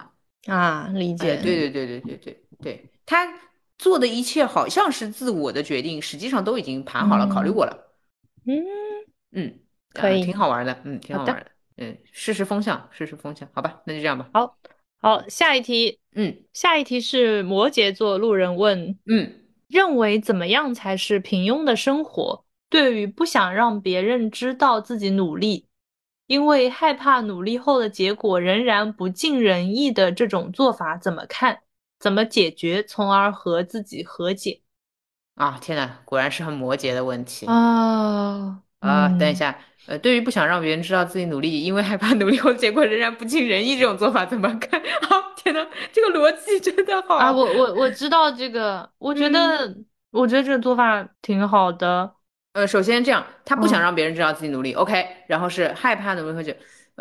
啊，理解。 对对对对对对对，他做的一切好像是自我的决定，实际上都已经盘好了，考虑嗯过了。 嗯， 嗯， 可以。 挺好玩的，挺好的。 好玩的。试试风向，试试风向，好吧，那就这样吧。 好，好，下一题。 嗯下一题是摩羯座路人问： 嗯。 认为怎么样才是平庸的生活？对于不想让别人知道自己努力，因为害怕努力后的结果仍然不尽人意的这种做法怎么看？怎么解决，从而和自己和解？ 天呐，果然是很摩羯的问题啊， 等一下，对于不想让别人知道自己努力，因为害怕努力后结果仍然不尽人意这种做法怎么看？天呐，这个逻辑真的啊， 好。 我知道这个， 嗯， 我觉得这个做法挺好的。 首先这样，他不想嗯， 让别人知道自己努力，OK，然后是害怕努力和解，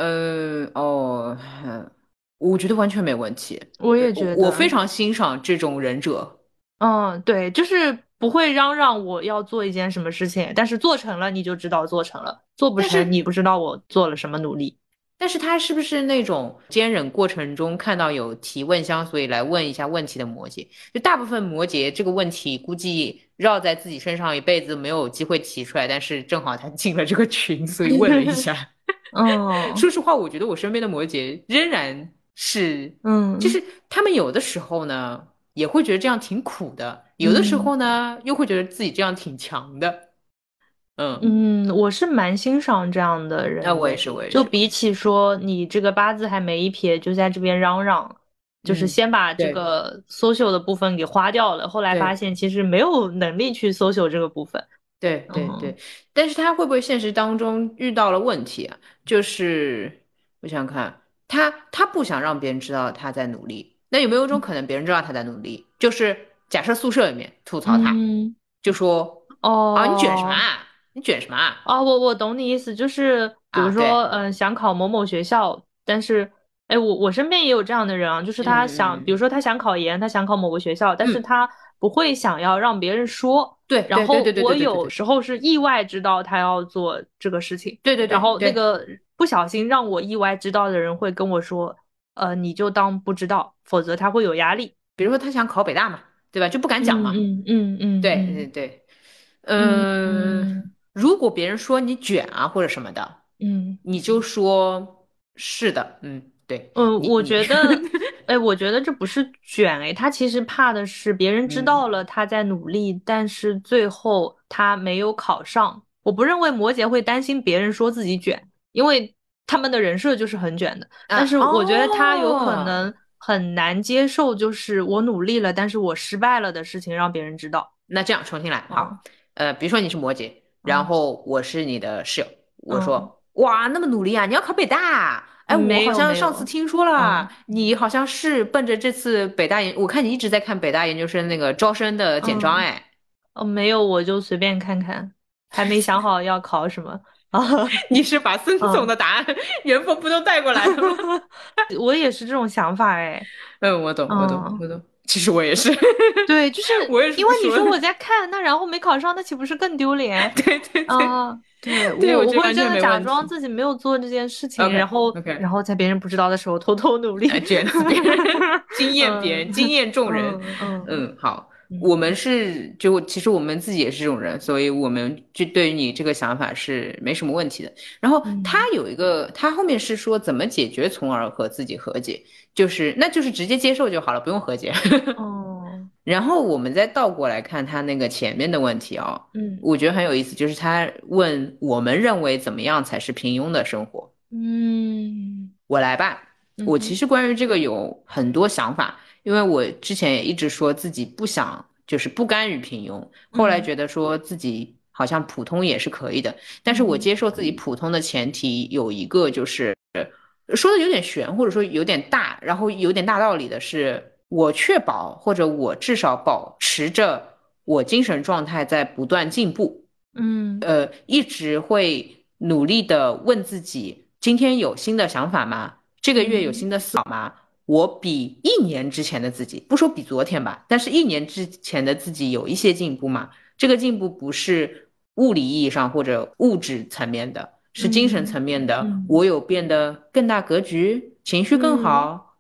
我觉得完全没问题。 我也我非觉得。 常欣赏这种忍者。 嗯，对，就是不会嚷嚷我要做一件什么事情，但是做成了你就知道做成了，做不但是成你不知道我做了什么努力。 但是他是不是那种坚忍过程中看到有提问箱，所以来问一下问题的摩羯？就大部分摩羯这个问题估计绕在自己身上一辈子没有机会提出来，但是正好他进了这个群，所以问了一下。 嗯说实话，我觉得我身边的摩羯仍然是，就嗯是他们有的时候呢也会觉得这样挺苦的，有的时嗯候呢又会觉得自己这样挺强的。嗯， 嗯，我是蛮欣赏这样的人的， 那我也是，我也是，我就比也是。 起说你这个八字还没一撇就在这边嚷嚷，就是嗯， 先把这对个 social 的部分给花掉了，后来发对。 现其实没有能力去 social 这个部分。 对对嗯对，但是他会不会现实当中遇到了问题啊？就是我想想看，他不想让别人知道他在努力，那有没有一种可能别人知道他在努力？就是假设宿舍里面吐槽他， 嗯， 就说你卷什么哦。 啊？你卷什么啊？ 啊，我懂你意思，就是比如对， 说，想考某某学校，但是，哎，我身边也有这样的人啊，就是他想，比如嗯说他想考研，他想考某个学校，但是嗯， 他不会想要让别人说， 对然对对对对对后我对对对有时候是意外知道他要做这个事情， 对对然后那对对， 个不小心让我意外知道的人会跟我说，你就当不知道，否则他会有压力。 比如说他想考北大嘛，对吧？就不敢讲嘛。 嗯嗯嗯嗯对对嗯对， 嗯嗯， 嗯如果别人说你卷啊或者什么的， 嗯。 你就说是的，对我你， 觉得，哎，我觉得这不是卷，哎，他其实怕的是别人知嗯道了他在努力，但是最后他没有考上。我不认为摩羯会担心别人说自己卷，因为他们的人设就是很卷的。但是我觉得他有可能很难接受，就是我努力了，但是我失败了的事情让别人知道。 那这样重新来， 嗯好，比如说你是摩羯，然嗯后我是你的室友，我嗯， 说哇那么努力啊，你要考北大。哎，我没好像有没有。 上次听说了， 嗯你好像是奔着这次北大研，我看你一直在看北大研究生那个招生的简章， 嗯。 哎， 没有，我就随便看看，还没想好要考什么啊。 你是把孙总嗯， 的答案原封不动带过来了吗？ 我也是这种想法哎。 我懂，我懂， 嗯， 我懂。其实我也是， 对，就是我也是因为你说我不说的。 在看，那然后没考上，那岂不是更丢脸？ 对对对啊，对， 对，我我会真的觉得完全没假装问题。 自己没有做这件事情，然 OK 后 OK， 然后在别人不知道的时候偷偷努力。 卷死别人，惊艳别嗯人，惊艳众人。 嗯嗯好，我嗯们是就其实我们自己也是这种人，所以我们就对于你这个想法是没什么问题的。然后他嗯有一个，他后面是说怎么解决，从而和自己和解，那就是直接接受就好了，不用和解。 哦然后我们再倒过来看他那个前面的问题嗯我觉得很有意思，就是他问我们认为怎么样才是平庸的生活。 嗯我来吧，我其嗯实关于这个有很多想法，因为我之前也一直说自己不想，就是不甘于平庸，后来嗯觉得说自己好像普通也是可以的，但是我嗯接受自己普通的前提有一个就是说的有点悬，或者说有点大，然后有点大道理的是，我确保或者我至少保持着我精神状态在不断进步。 嗯一直会努力的问自己，今天有新的想法吗？这个月有嗯新的思考吗？我比1年之前的自己，不说比昨天吧，但是1年之前的自己有一些进步吗？这个进步不是物理意义上或者物质层面的，是精神嗯层面的。 嗯我有变得更大格局，情绪更嗯好，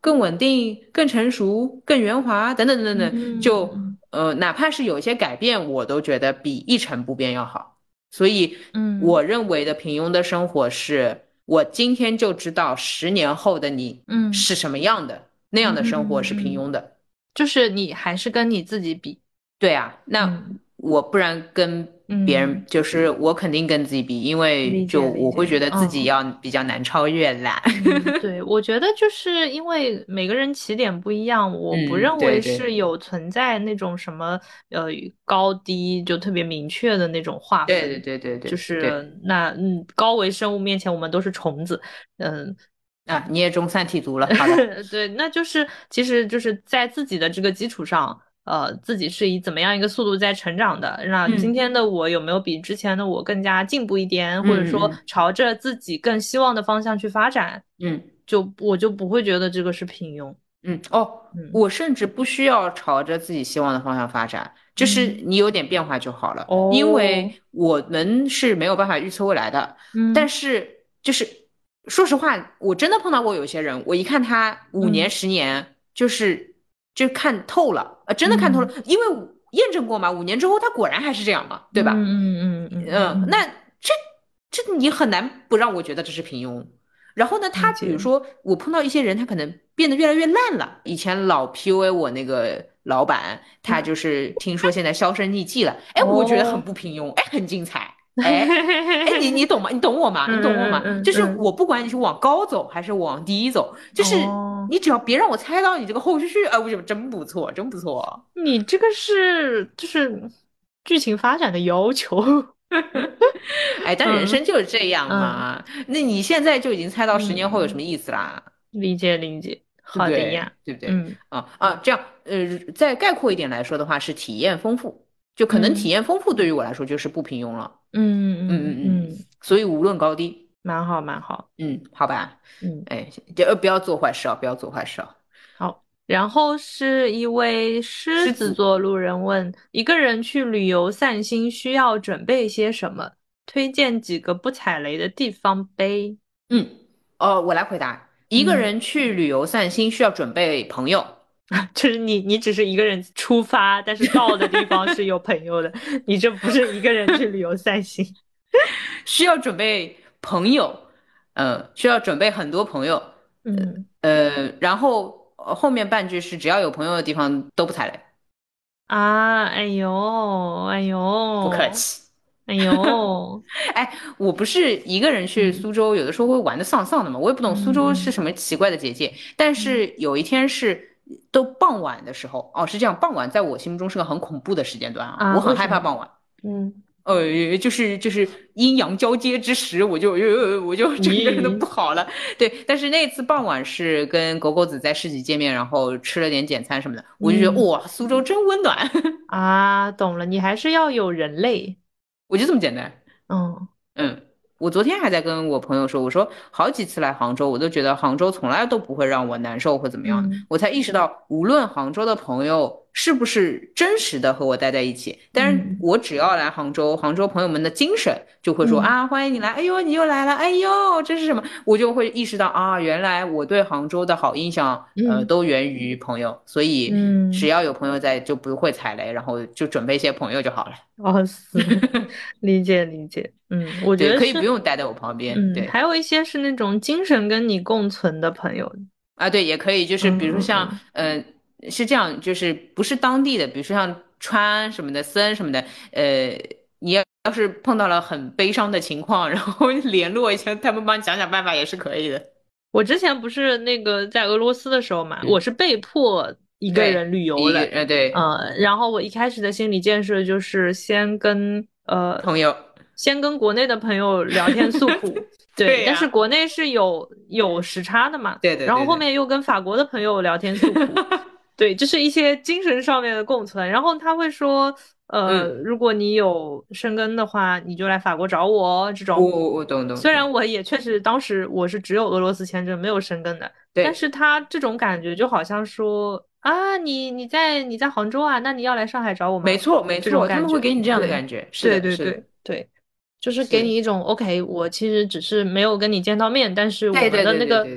更稳定、更成熟、更圆滑等等等等，就嗯哪怕是有一些改变，我都觉得比一成不变要好。所以嗯我认为的平庸的生活是，我今天就知道10年后的你嗯是什么样的，那样的生活是平嗯， 庸的。 就是你还是跟你自己比。 对啊，那嗯我不然跟别人， 嗯， 就是我肯定跟自己比，因为理就解理解。 我会觉得自己嗯。 要比较难超越啦。 对，我觉得就是因为每个人起点不一样，我不嗯， 认为对对是有存在那种什么呃高低就特别明确的那种划分， 对对对对就对对是高维生物面前我们都是虫子，嗯， 啊，你也中三体族了，好的。 对，那就是其实就是在自己的这个基础上，自己是以怎么样一个速度在成长的。那今嗯天的我有没有比之前的我更加进步一点，或者说嗯嗯朝着自己更希望的方向去发展， 嗯我就不会觉得这个是平庸。 哦， 嗯我甚至不需要朝着自己希望的方向发展，就是嗯， 你有点变化就好了，因哦， 为我们是没有办法预测未来的。但嗯是就是说实话，我真的碰到过有些人，我一看他5年嗯 10年，就看透了，真的看透了， 嗯因为验证过嘛，5年之后他果然还是这样嘛，对吧？那这你很难不让我觉得这是平庸。然后呢，他比如理解。 说我碰到一些人，他可能变得越来越烂了。以前老 PUA 我那个老板，他就是听说现在销声匿迹了，哎，我觉得很哦， 不平庸，哎，很精彩，哎，你懂吗？你懂我吗？你懂我吗？就是嗯， 我不管你是往高走还是往低走，就是哦。 你只要别让我猜到你这个后续，哎，我觉得真不错，真不错。 你这个是就是剧情发展的要求。 哎，但人嗯生就是这样嗯嘛。那你现在就已经猜到10年后有什嗯， 么意思啦？ 理解理解， 对不好的呀。 对？对不对？ 嗯这样，再概括一点来说的话，是体验丰富，就可能体嗯验丰富对于我来说就是不平庸了。 嗯， 所以无论高低， 蛮好蛮好。 好吧， 嗯， 哎，就不要做坏事啊，不要做坏事啊。 好。然后是一位狮狮子， 子座路人问：一个人去旅游散心需要准备些什么？推荐几个不踩雷的地方呗。 嗯，我来回答，一个嗯， 人去旅游散心需要准备朋友， 就是你只是一个人出发，但是到的地方是有朋友的，你这不是一个人去旅游散心。 需要准备朋友，需要准备很多朋友， 嗯然后后面半句是只要有朋友的地方都不踩雷， 啊，哎呦，哎不客呦， 气。 哎呦， 哎，我不是一个人去嗯苏州，有的时候会玩的丧丧的嘛，我也不懂苏州是嗯什么奇怪的结界。但嗯是有一天是都傍晚的时候，哦，是这样，傍晚在我心目中是个很恐怖的时间段啊， 啊， 我很为什么？ 害怕傍晚。 嗯， 就是阴阳交接之时，我就整个人都不咦好了。对，但是那次傍晚是跟狗狗子在市集见面，然后吃了点简餐什么的，我就觉得嗯哇，苏州真温暖， 啊，懂了，你还是要有人类。 我就这么简单。 嗯嗯，我昨天还在跟我朋友说，我说好几次来杭州，我都觉得杭州从来都不会让我难受或怎么样的， 嗯我才意识到，无论杭州的朋友是不是真实的和我待在一起，但是嗯我只要来杭州，杭州朋友们的精神就会说嗯啊，欢迎你来，哎呦，你又来了，哎呦，这是什么？我就会意识到啊，原来我对杭州的好印象， 嗯都源于朋友，所以只嗯， 要有朋友在，就不会踩雷，然后就准备一些朋友就好了。 哦，是，理解理解。我觉对，可以得是， 不用待在我旁边， 还对。 有一些是那种精神跟你共存的朋友。 啊，对，也可以，就是嗯比如说像， 嗯嗯是这样，就是不是当地的，比如说像川什么的、森什么的，你要是碰到了很悲伤的情况，然后联络一下，他们帮你想想办法也是可以的。 我之前不是那个在俄罗斯的时候嘛，我嗯， 是被迫一个人对， 旅游了， 对， 然后我一开始的心理建设就是朋友， 先跟国内的朋友聊天诉苦，对，但是对呀， 国内是有时差的嘛， 对对然后对对， 后面又跟法国的朋友聊天诉苦，对，就是一些精神上面的共存。然后他会说， 嗯， 如果你有生根的话，你就来法国找我这种。 我懂， 虽然我也确实当时我是只有俄罗斯签证没有生根的，但是对， 他这种感觉就好像说啊，你在杭州啊，那你要来上海找我吗？ 没这种错，他们会感觉， 给你这样的对， 感觉，是的， 对对是的， 对对，就是给你是， 一种 OK，我其实只是没有跟你见到面，但是我对对对们的那个对对对，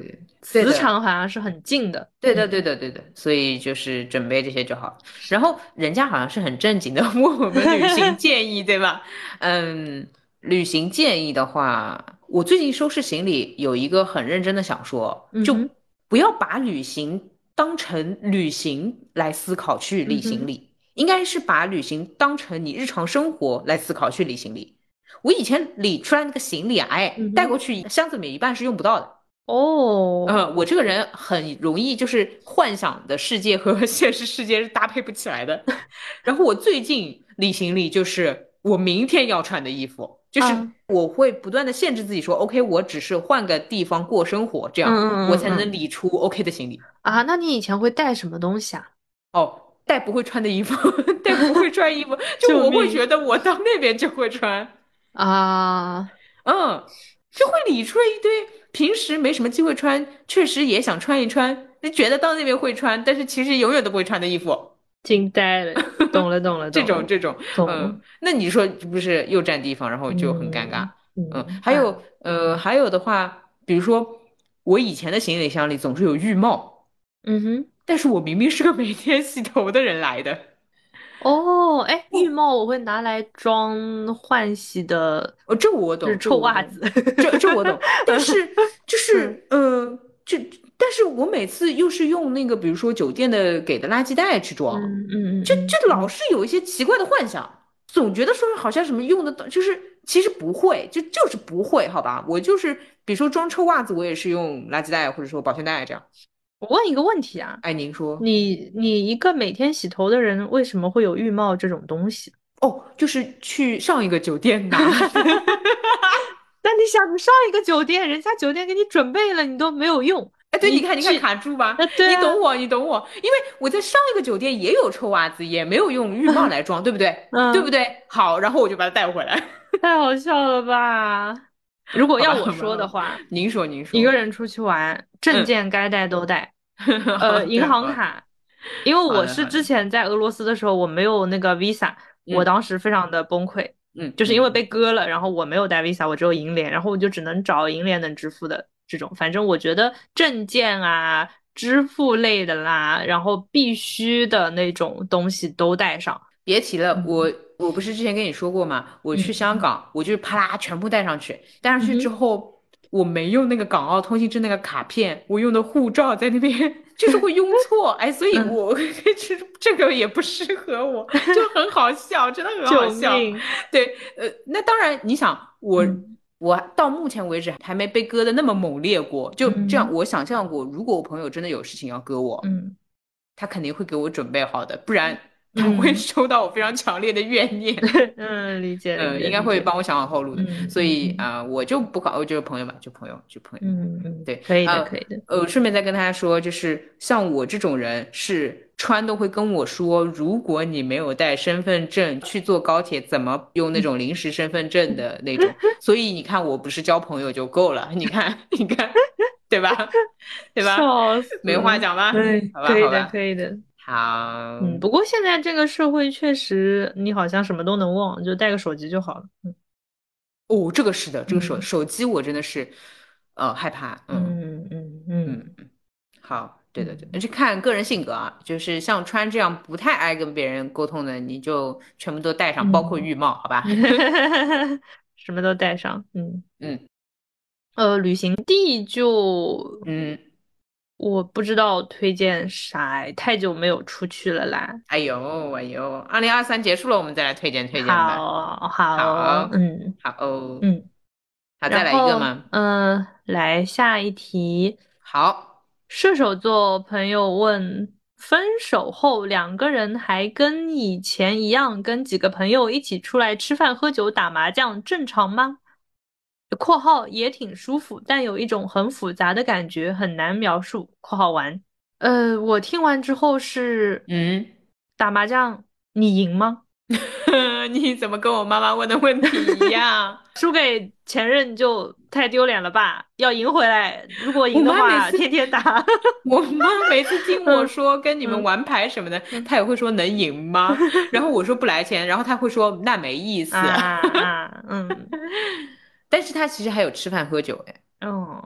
磁对的。 场好像是很近的。 对的，对的，对的，所以就是准备这些就好。然后人家好像是很正经的问我们旅行建议，对吧？嗯，旅行建议的话，我最近收拾行李有一个很认真的想说，就嗯哼， 不要把旅行当成旅行来思考去理嗯哼， 行李，应该是把旅行当成你日常生活来思考去理行李。我以前理出来那个行李啊，哎， 嗯哼， 带过去箱子里面一半是用不到的。 哦， 我这个人很容易就是幻想的世界和现实世界是搭配不起来的。然后我最近理行李就是我明天要穿的衣服，就是啊， 我会不断的限制自己说，OK，我只是换个地方过生活，这嗯样我才能嗯嗯嗯， 理出 OK 的行李。 啊，那你以前会带什么东西啊？ 哦，带不会穿的衣服，带不会穿衣服，就我会救命觉得我到那边就会穿。 啊！ 嗯，就会理出一堆平时没什么机会穿，确实也想穿一穿，就觉得到那边会穿，但是其实永远都不会穿的衣服。 惊呆了，懂了懂了这懂了种这种， 懂了， 那你说不是又占地方，然后就很尴尬。 嗯嗯啊， 还有的话，比如说我以前的行李箱里总是有浴帽， 嗯哼。 但是我明明是个每天洗头的人来的。 哦，哎，浴帽我会拿来装换洗的， 这我懂，这就是臭我懂， 袜子。 这我懂，但是就嗯是就但是我每次又是用那个，比如说酒店的给的垃圾袋去装， 嗯嗯就嗯就老是有一些奇怪的幻想，总觉得说好像什么用的到，就是其实不会，就是不会，好吧？我就是比如说装臭袜子，我也是用垃圾袋或者说保鲜袋这样。 我问一个问题啊， 哎，您说。 你一个每天洗头的人，为什么会有浴帽这种东西？ 哦，就是去上一个酒店拿的。 那你想，你上一个酒店，人家酒店给你准备了，你都没有用， 哎，对，你看去， 卡住吧， 对啊， 你懂我，你懂我，因为我在上一个酒店也有臭袜子，也没有用浴帽来装，对不对？对不嗯， 对？好，然后我就把它带回来。 太好笑了吧？如果好吧， 要我好吧，好吧， 说的话， 您说，您说。 一个人出去玩，证嗯。 件该带都带。 好银的，好的， 行卡，因为好的， 我是之好的。 前在俄罗斯的时候，我没有那个 Visa，我嗯当时非常的崩溃，就是因为被嗯嗯嗯。 割了，然后我没有带 Visa，我只有银联，然后我就只能找银联能支付的这种。反正我觉得证件啊、支付类的啦，然后必须的那种东西都带上。 别提了， 嗯我不是之前跟你说过吗？我去嗯香港，我就是啪啦全部带上去，带上去之嗯哼， 后，我没用那个港澳通行证那个卡片，我用的护照在那边就是会用错，哎，所以嗯， 我这个也不适合我，就很好笑，真的很好救笑。 命！ 对，那当然，你想嗯我到目前为止还没被割的那么猛烈过，就这样， 嗯我想象过，如果我朋友真的有事情要割我。 嗯他肯定会给我准备好的，不然他会嗯， 收到我非常强烈的怨念。 嗯，理解理应解理解。 该会帮我想好后路的， 嗯所以嗯嗯我就不考，我就朋友吧，就朋友，就朋友。 嗯嗯， 对， 可以的可以的。 顺便再跟大家说，就是像我这种人，是川都会跟我说，如果你没有带身份证去坐高铁，怎么用那种临时身份证的那种？所以你看，我不是交朋友就够了，你看，你看，对吧？对吧？ 笑死！ 没话讲吧？ 对， 好吧， 可以的， 好吧， 可以的。 好。 嗯，不过现在这个社会确实，你好像什么都能忘，就带个手机就好了。嗯哦，这个是的，这个手嗯手机我真的是，害怕。 嗯嗯嗯嗯，好，对的对， 嗯这看个人性格啊，就是像川这样不太爱跟别人沟通的，你就全部都带上，包括嗯， 浴帽，好吧？ 什么都带上。嗯， 嗯旅行地就嗯。 我不知道推荐啥，太久没有出去了啦。 哎呦哎呦，2023结束了，我们再来推荐推荐吧。 好好， 好， 嗯好哦， 嗯。 好，再来一个然后， 吗？ 来下一题。 好。 射手座朋友问：分手后两个人还跟以前一样，跟几个朋友一起出来吃饭、喝酒、打麻将，正常吗？（括号也挺舒服，但有一种很复杂的感觉，很难描述。）（括号完）我听完之后是嗯。 打麻将，你赢吗？ 你怎么跟我妈妈问的问题一样？ 输给前任就太丢脸了吧？要赢回来，如果我赢的话， 妈每次天天打。 我妈每次听我嗯说跟你们嗯玩牌什么的， 嗯她也会说能赢吗？然后我说不来钱，然后她会说那没意啊思。 啊嗯但是她其实还有吃饭喝酒，哎， 哦，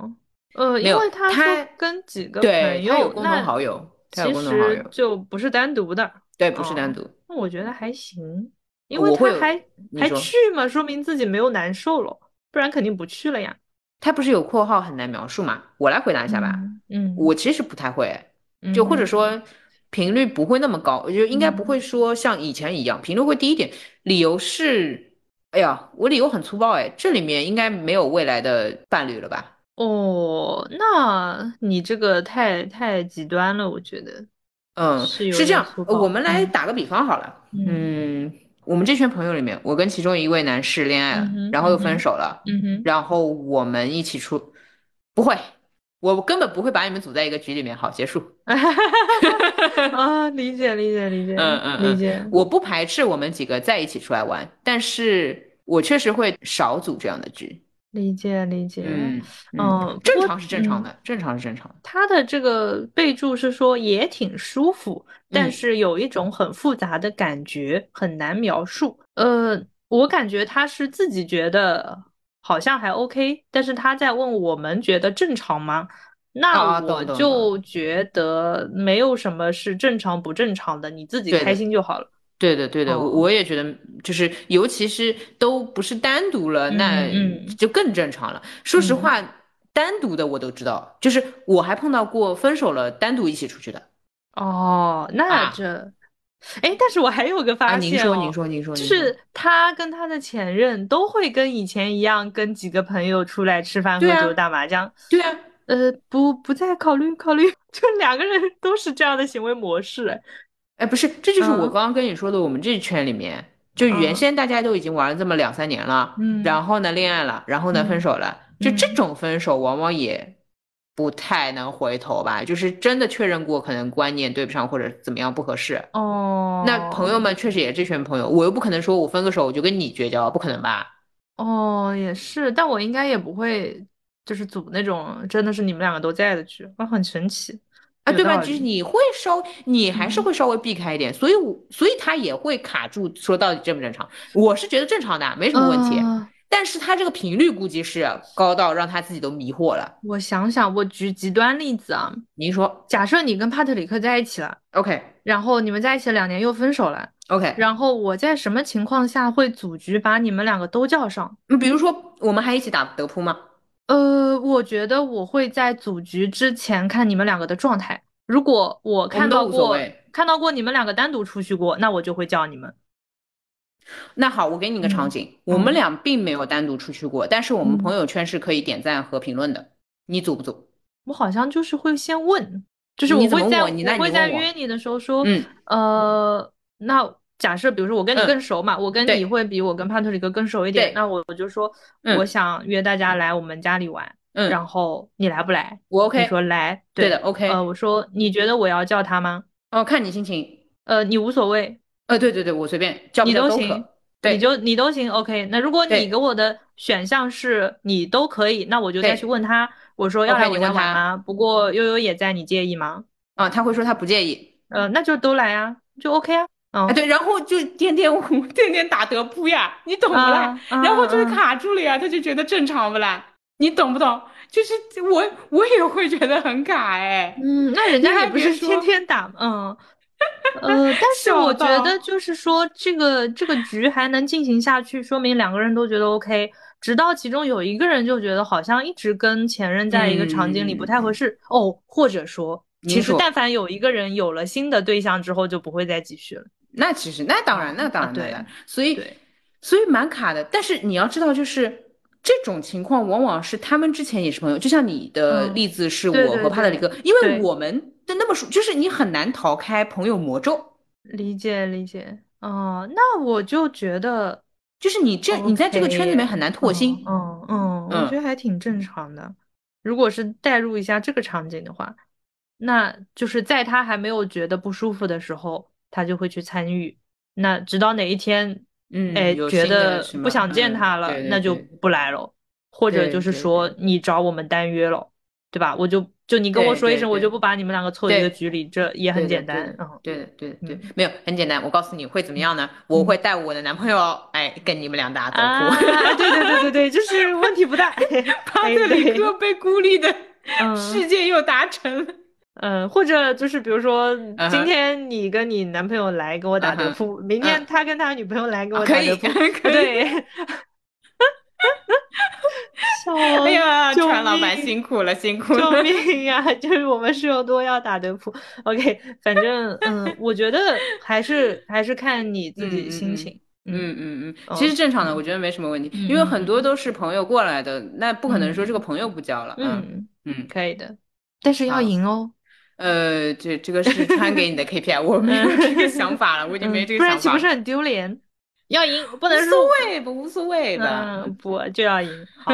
没有因为他说他， 跟几个对， 朋友， 他有共同那好友，他有其共同好实友， 就不是单独的。 对，不是单哦， 独。 那我觉得还行，因为我会有， 他还你说去嘛，说明自己没有难受了，不然肯定不去了呀。 他不是有括号很难描述嘛？我来回答一下吧。 嗯嗯我其实不太会，就或者嗯哼说频率不会那么高，就应该不嗯。 会说像以前一样，频率会低一点。理由是，哎呀，我理由很粗暴哎，这里面应该没有未来的伴侣了吧？ 哦，那你这个太极端了，我觉得嗯， 是有点是这样，我粗暴。 们来嗯打个比方好了。 嗯我们这圈朋友里面，我跟其中一位男士恋爱了， 嗯哼然后又分嗯哼手了， 嗯哼。 然后我们一起出，不会，我根本不会把你们组在一个局里面。好，结束。 啊，理解理解理解理解我不排斥我们几个在一起出来玩，但是我确实会少组这样的局。 理解理解。不过正常是正常的，正常是正常的。 他的这个备注是说也挺舒服，但嗯， 是有一种很复杂的感觉，很难描述。我感觉他是自己觉得好像还 OK，但是他在问我们觉得正常吗？那我懂懂懂， 就觉得没有什么是正常不正常的，你自己开对的， 心就好了。 对的，对的，我哦， 也觉得，就是尤其是都不是单独了，那嗯嗯就更正常了。说实嗯。 话，单独的我都知道，就是我还碰到过分手了单独一起出去的哦，那啊这，哎，但是我还有个啊！ 发您说，您现哦， 说，您说，您说， 就是他跟他的前任都会跟以前一样，跟几个朋友出来吃饭、喝酒、 对啊， 打麻将。 对啊， 不再考虑考虑，就两个人都是这样的行为模式。哎， 哎，不是，这就是我嗯刚刚跟你说的，我们这圈里面，就原嗯先大家都已经玩了这么两三年了， 嗯然后呢恋爱了，然后呢分嗯手了，就这嗯。 种分手往往也不太能回头吧，就是真的确认过可能观念对不上或者怎么样不合适。那朋友哦们确实也是这群朋友，我又不可能说我分个手我就跟你绝交，不可能吧？ 哦，也是，但我应该也不会，就是组那种真的是你们两个都在的局，很神奇， 啊，对吧？ 有道理。 就是你还是嗯会稍微避开一点，所以他也会卡住，说到底正不正常？我是觉得正常的，没什么问题。 呃， 但是他这个频率估计是高到让他自己都迷惑了。 我想想，我举极端例子啊， 您说假设你跟帕特里克在一起了， ，OK 然后你们在一起2年又分手了， OK， 然后我在什么情况下会组局把你们两个都叫上？ 比如说我们还一起打德扑吗？ 我觉得我会在组局之前看你们两个的状态，如果我看我们都到过无所谓。 你们两个单独出去过，那我就会叫你们。 那好，我给你个场嗯景，我们嗯俩并没有单独出去过，但是我们朋嗯。 友圈是可以点赞和评论的，你组不组？ 我好像就是会先问，就是你怎么问我？ 我那你会在约问我。 你的时候说， 嗯那假设比如说我跟你更嗯， 熟嘛，我跟你对会比我跟帕特里克更熟一点，那对， 我就说我嗯想约大家来我们家里玩，然嗯， 后你来不来？ 我你说 OK， 来， 对的对， OK。 我说你觉得我要叫他吗？ 哦，看你心情。 你无所谓， 对对对，我随便叫不你叫都行， 都可。对你都行，OK。那如果你给对我的选项是你都可以，那我就再去问对他，我说要来 ，OK， 我你问他家玩吗？不过悠悠也在，你介意吗？ 啊，他会说他不介意。 那就都来啊，就 OK 啊。 哎， 嗯对，然后就天天天天打德扑呀，你懂不啦？ 啊啊然后就是啊， 卡住了呀，他就觉得正常不啦？你懂不懂？就是我也会觉得很卡哎， 嗯，那人你还家也不是天别说， 天打，但是我笑觉得到， 就是说，这个局还能进行下去，说明两个人都觉得 OK，直到其中有一个人就觉得好像一直跟前任在一个场景里不太合嗯， 适哦，或者说，其实但您说。 凡有一个人有了新的对象之后，就不会再继续了。 那其实那当然，那当然，那当对然， 对， 所以蛮卡的。但是你要知道，就是这种情况往往是他们之前也是朋友，就像你的嗯， 例子是对我和对对帕特里克，因为对， 我们的那么熟，就是你很难逃开朋友魔咒。 理解理解。哦，那我就觉得。 就是你在这个 OK 圈子里面很耶， 难拓新。 我觉嗯， 得还挺正常的。如果是代入一下这个场景的话，那就是在他还没有觉得不舒服的时候，他就会去参与。那直到哪一天，哎，觉有新的是吗？ 得不想见他了， 对对那就对不来了，或者就是对对对说你找我们单约了，对吧？就你跟我对说一声，我就对对不把你们两个凑一个对局里，这也很对的简单。 对的对的对的对， 嗯没有很简单，我告诉你会怎么嗯样呢？我会嗯。 带我的男朋友，哎，跟你们俩打德扑。 对对对对对，就是问题不大。 巴哎， 特里克对， 被孤立的嗯世界又达成了。 或者就是比如说，今嗯哼， 天你跟你男朋友来跟我打嗯哼， 德扑，明天嗯， 他跟他女朋友来跟啊，可以， 我打德扑， 可以。 对，笑， 哎呀， 救川老板命！ 辛苦了，辛苦了。 救命呀！就是我们室友多要打德扑。OK，反正我觉得还是看你自己嗯嗯嗯。 心情。 其实正常的，我嗯觉得没什么问题，因为很多嗯都是朋友过来的，那不可能说这个嗯朋友不交了。嗯， 可以的，但是要好， 赢哦。 这个是川给你的 KPI，我没嗯有这个想法了，我已经没这个不然想法了。 岂不是很丢脸？要赢，不无所能输。 谓吧，无所谓吧。 不就要赢。好，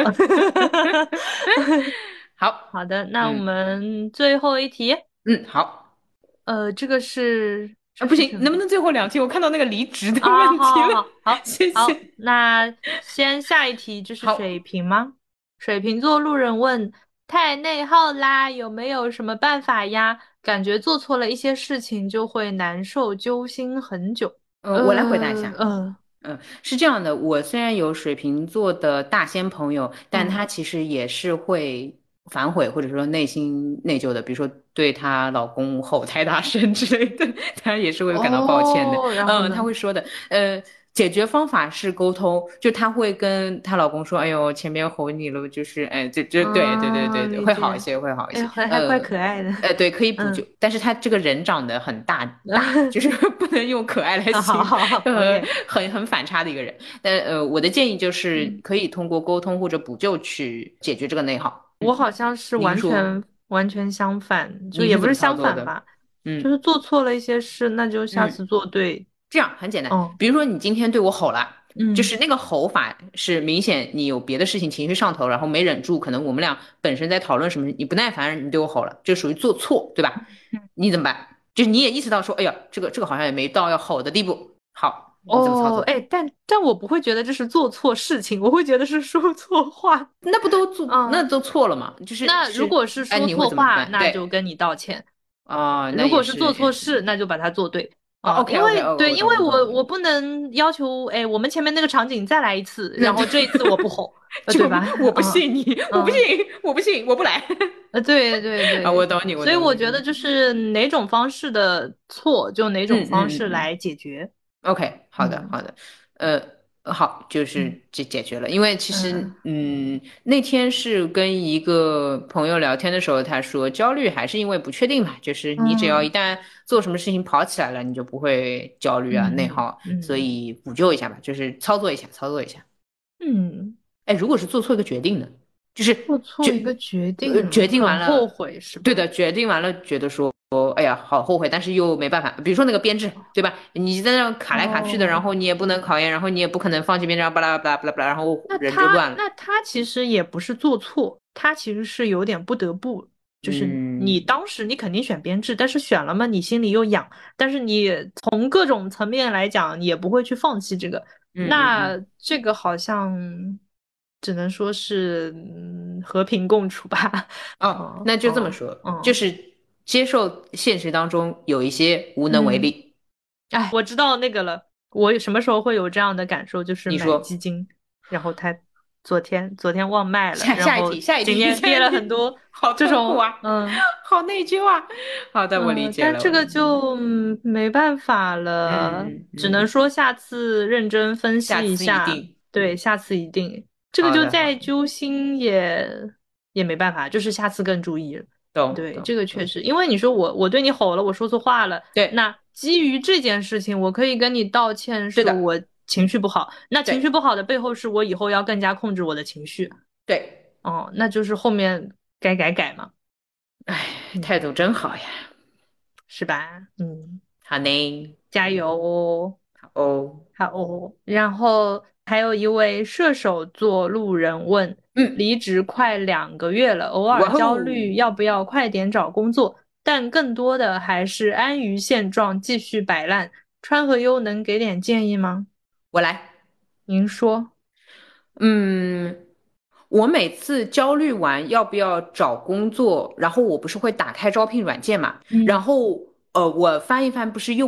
好， 好的，那我嗯们最后一题。 好。 这个是不行， 什么？ 能不能最后2题？我看到那个离职的啊， 问题了， 好好好好好， 谢谢。 那先下一题，这是水好， 瓶吗？水瓶座路人问：太内耗啦，有没有什么办法呀？感觉做错了一些事情就会难受，揪心很久。 我来回答一下。 呃， 是这样的，我虽然有水瓶座的大仙朋友，但嗯， 她其实也是会反悔或者说内心内疚的，比如说对她老公吼太大声之类的，她也是会感到抱歉的。 哦，然后她呢？ 会说的。解决方法是沟通，就她会跟她老公说：“哎呦，前面吼你了，就是哎，对对对对对， 理解。 会好一些，会好一哎， 些。 还怪可爱的。 对，可以补救， 嗯， 但是他这个人长得很大，就是不能用可爱来形容， 好好好，OK。 很反差的一个人。但我的建议就是嗯。 可以通过沟通或者补救去解决这个内耗。 我好像是您说完全相反，就您是怎么也不是操作的？ 相反吧，就嗯是做错了一些事，那就下嗯。 次做对。 这样很简单， 哦， 比如说你今天对我吼了，就嗯是那个吼法是明显你有别的事情情绪上头，然后没忍住，可能我们俩本身在讨论什么，你不耐烦，你对我吼了，这属于做错，对吧？你怎么办？就是你也意识到说，哎呀，这个好像也没到要吼的地步，好，你怎么操哦， 作？ 哎，但我不会觉得这是做错事情，我会觉得是说错话。 那不都做，那嗯， 都错了吗？ 那如果是哎， 说你会错话， 怎么办？ 那就对， 跟你道歉； 那也是， 如果是做错事，那就把它做对。 OK 因 OK， 为对，因我懂我懂， 为我不能要求，哎，我们前面那个场景再来一次， 那然后这一次我不吼， 就对吧？ 我不嗯信你，我不信， 嗯。 我不信，我不来。 对对啊，我对， 懂你，我所以懂你。 我觉得就是哪种方式的错，就哪种方式来解决。 OK，好的， 嗯好的。好，就是嗯解决了。因为其实， 嗯那天是跟一个朋友聊天的时候，他说焦虑还是因为不确定嘛，就是你只要一嗯旦做什么事情跑起来了，你就不会焦虑啊、内嗯耗，所嗯以补救一下吧，就是操作一下，操作一下。 嗯， 哎，如果是做错一个决定呢，就是做错一个决决定，很后定完了， 悔是吧？ 对的，决定完了，觉得说，哎呀，好后悔，但是又没办法。比如说那个编制，对吧？你在那卡来卡去的，然哦， 后你也不能考研，然后你也不可能放弃编制，然后巴拉巴拉巴拉巴拉，然后那人就乱了。 他其实也不是做错，他其实是有点不得不，就是你嗯当时你肯定选编制，但是选了嘛，你心里又痒，但是你从各种层面来讲，也不会去放弃这个。那嗯。 这个好像只能说是和平共处吧。 哦， 嗯那就这么嗯说，就嗯， 是接受现实当中有一些无能为嗯， 力。 哎，我知道那个了。我什么时候会有这样的感受？就是买基你说， 金，然后他昨天忘卖了，然后下下一题，下一题， 今天跌了下一题， 很多好这种， 痛苦啊，好内疚啊。好的，我理解了，我但这个理解了。 就没办法了，只能说下次认真分析一下次一下。 定。 对，下次一定，这个好的，好就再的， 揪心也没办法，就是下次更注意了。对， 懂懂这个确懂。 实，因为你说我对你吼了，我说错话了， 对， 那基于这件事情，我可以跟你道歉， 对的， 是我情绪不好。那情绪对不好的背后是我以后要更加控制我的情绪。 对。 哦，那就是后面该改嘛。 哎， 嗯， 态度真好呀。 是吧？ 好呢， 加油哦。 好哦。 好哦，然后还有一位射手座路人问， 嗯， 离职快2个月了，偶尔哇焦虑， 哦， 要不要快点找工作？但更多的还是安于现状，继续摆烂。川和优能给点建议吗？ 我来。 您说。 嗯，我每次焦虑完要不要找工作，然后我不是会打开招聘软件嘛，然嗯后我翻一翻，不是又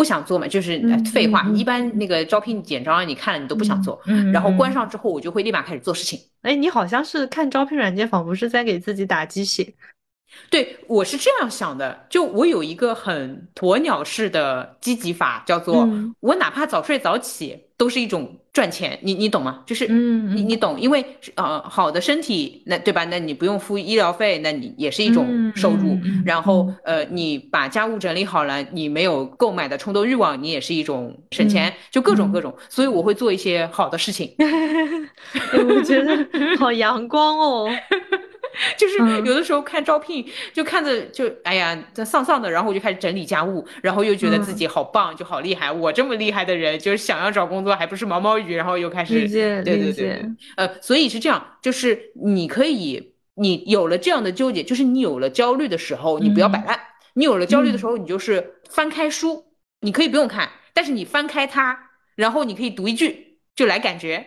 不想做嘛，就是废话。一般那个招聘简章你看了你都不想做，然后关上之后我就会立马开始做事情。 哎，你好像是看招聘软件，仿佛是在给自己打鸡血。 对，我是这样想的，就我有一个很鸵鸟式的积极法，叫做我哪怕早睡早起都是一种赚钱，你懂吗？就是你懂，因为好的身体，那对吧？那你不用付医疗费，那你也是一种收入。然后你把家务整理好了，你没有购买的冲动欲望，你也是一种省钱，就各种各种。所以我会做一些好的事情。 我觉得好阳光哦。 就是有的时候看招聘，就看着就哎呀，这丧丧的，然后我就开始整理家务，然后又觉得自己好棒，就好厉害。我这么厉害的人，就是想要找工作，还不是毛毛雨，然后又开始理解对理解。 所以是这样，就是你可以，你有了这样的纠结，就是你有了焦虑的时候，你不要摆烂。你有了焦虑的时候，你就是翻开书，你可以不用看，但是你翻开它，然后你可以读一句，就来感觉。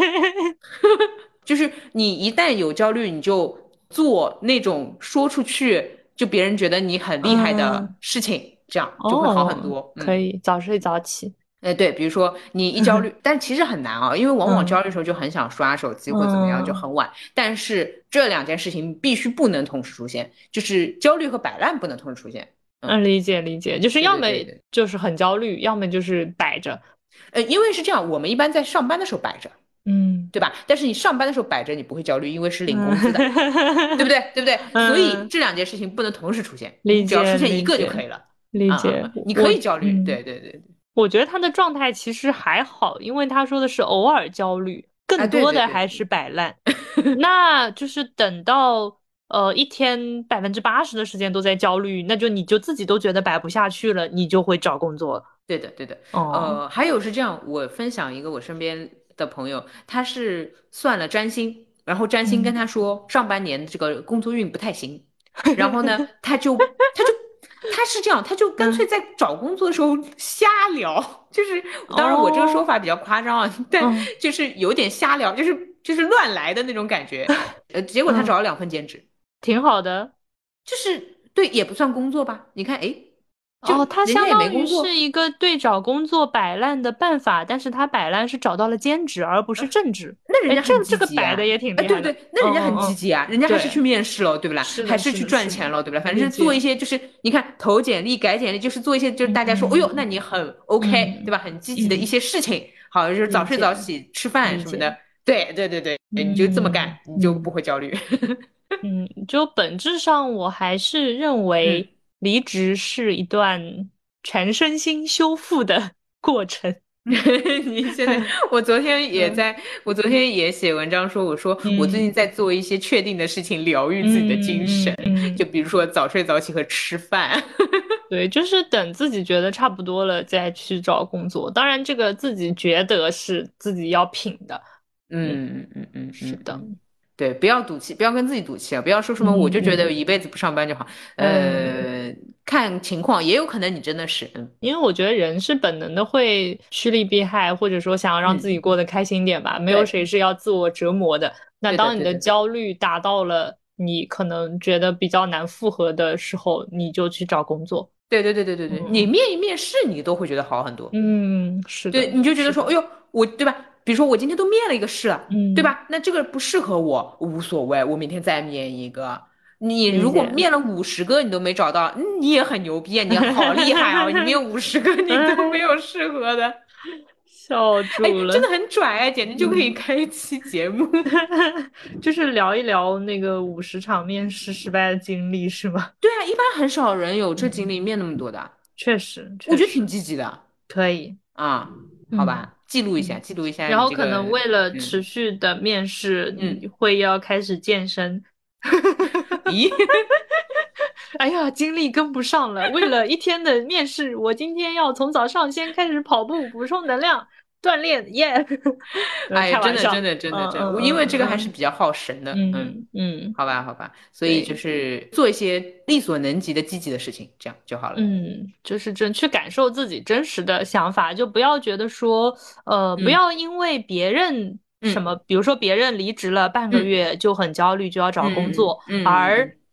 就是你一旦有焦虑，你就做那种说出去就别人觉得你很厉害的事情，这样就会好很多。 可以早睡早起。 对，比如说你一焦虑，但其实很难啊，因为往往焦虑的时候就很想刷手机或怎么样，就很晚。但是这两件事情必须不能同时出现，就是焦虑和摆烂不能同时出现。 理解理解，就是要么就是很焦虑，要么就是摆着。 因为是这样，我们一般在上班的时候摆着。对吧？但是你上班的时候摆着，你不会焦虑，因为是领工资的，对不对？对不对？所以这两件事情不能同时出现，只要出现一个就可以了。 理解， 你可以焦虑，对对对。 我觉得他的状态其实还好，因为他说的是偶尔焦虑，更多的还是摆烂。那就是等到一天80%的时间都在焦虑，那就你就自己都觉得摆不下去了，你就会找工作。 对的，对的。还有是这样，我分享一个我身边的朋友，他是算了占星，然后占星跟他说上半年这个工作运不太行，然后呢，他是这样，他就干脆在找工作的时候瞎聊，就是当然我这个说法比较夸张啊，但就是有点瞎聊，就是乱来的那种感觉。结果他找了2份兼职， 挺好的， 就是对，也不算工作吧？你看，哎。 他相当于是一个对找工作摆烂的办法，但是他摆烂是找到了兼职，而不是正职。 那人家很积极啊， 这个摆的也挺厉害的。 对，那人家很积极啊，人家还是去面试了，对不啦？还是去赚钱了，对不啦？反正是做一些，就是你看投简历、改简历，就是做一些，就是大家说，哎呦，那你很 OK，对吧？很积极的一些事情，好，就是早睡早起、吃饭什么的。对，你就这么干，你就不会焦虑。 就本质上，我还是认为离职是一段全身心修复的过程。 你现在，我昨天也写文章说，我说我最近在做一些确定的事情，疗愈自己的精神，就比如说早睡早起和吃饭。 对，就是等自己觉得差不多了再去找工作。当然，这个自己觉得是自己要品的。是的。 对，不要赌气，不要跟自己赌气啊！不要说什么我就觉得一辈子不上班就好。看情况，也有可能你真的是， 因为我觉得人是本能的会趋利避害，或者说想要让自己过得开心点吧。没有谁是要自我折磨的。那当你的焦虑达到了你可能觉得比较难复合的时候，你就去找工作。 对，你面一面试，你都会觉得好很多。 是的。 对，你就觉得说，哎呦，对吧？比如说我今天都面了一个试了，对吧？那这个不适合我无所谓，我明天再面一个。你如果面了50个你都没找到，你也很牛逼啊，你好厉害啊！你面50个你都没有适合的， 笑住了， 真的很拽啊，简直就可以开一期节目， 就是聊一聊那个50场面试失败的经历是吗？ 对啊，一般很少人有这经历面那么多的， 确实， 我觉得挺积极的， 可以啊，好吧。记录一下。 然后可能为了持续的面试，会要开始健身。 咦， 哎呀，精力跟不上了。为了一天的面试，我今天要从早上先开始跑步，补充能量，锻炼，耶！ 哎，真的，因为这个还是比较耗神的。好吧，所以就是做一些力所能及的积极的事情，这样就好了。 就是去感受自己真实的想法，就不要觉得说，不要因为别人什么，比如说别人离职了半个月就很焦虑，就要找工作，而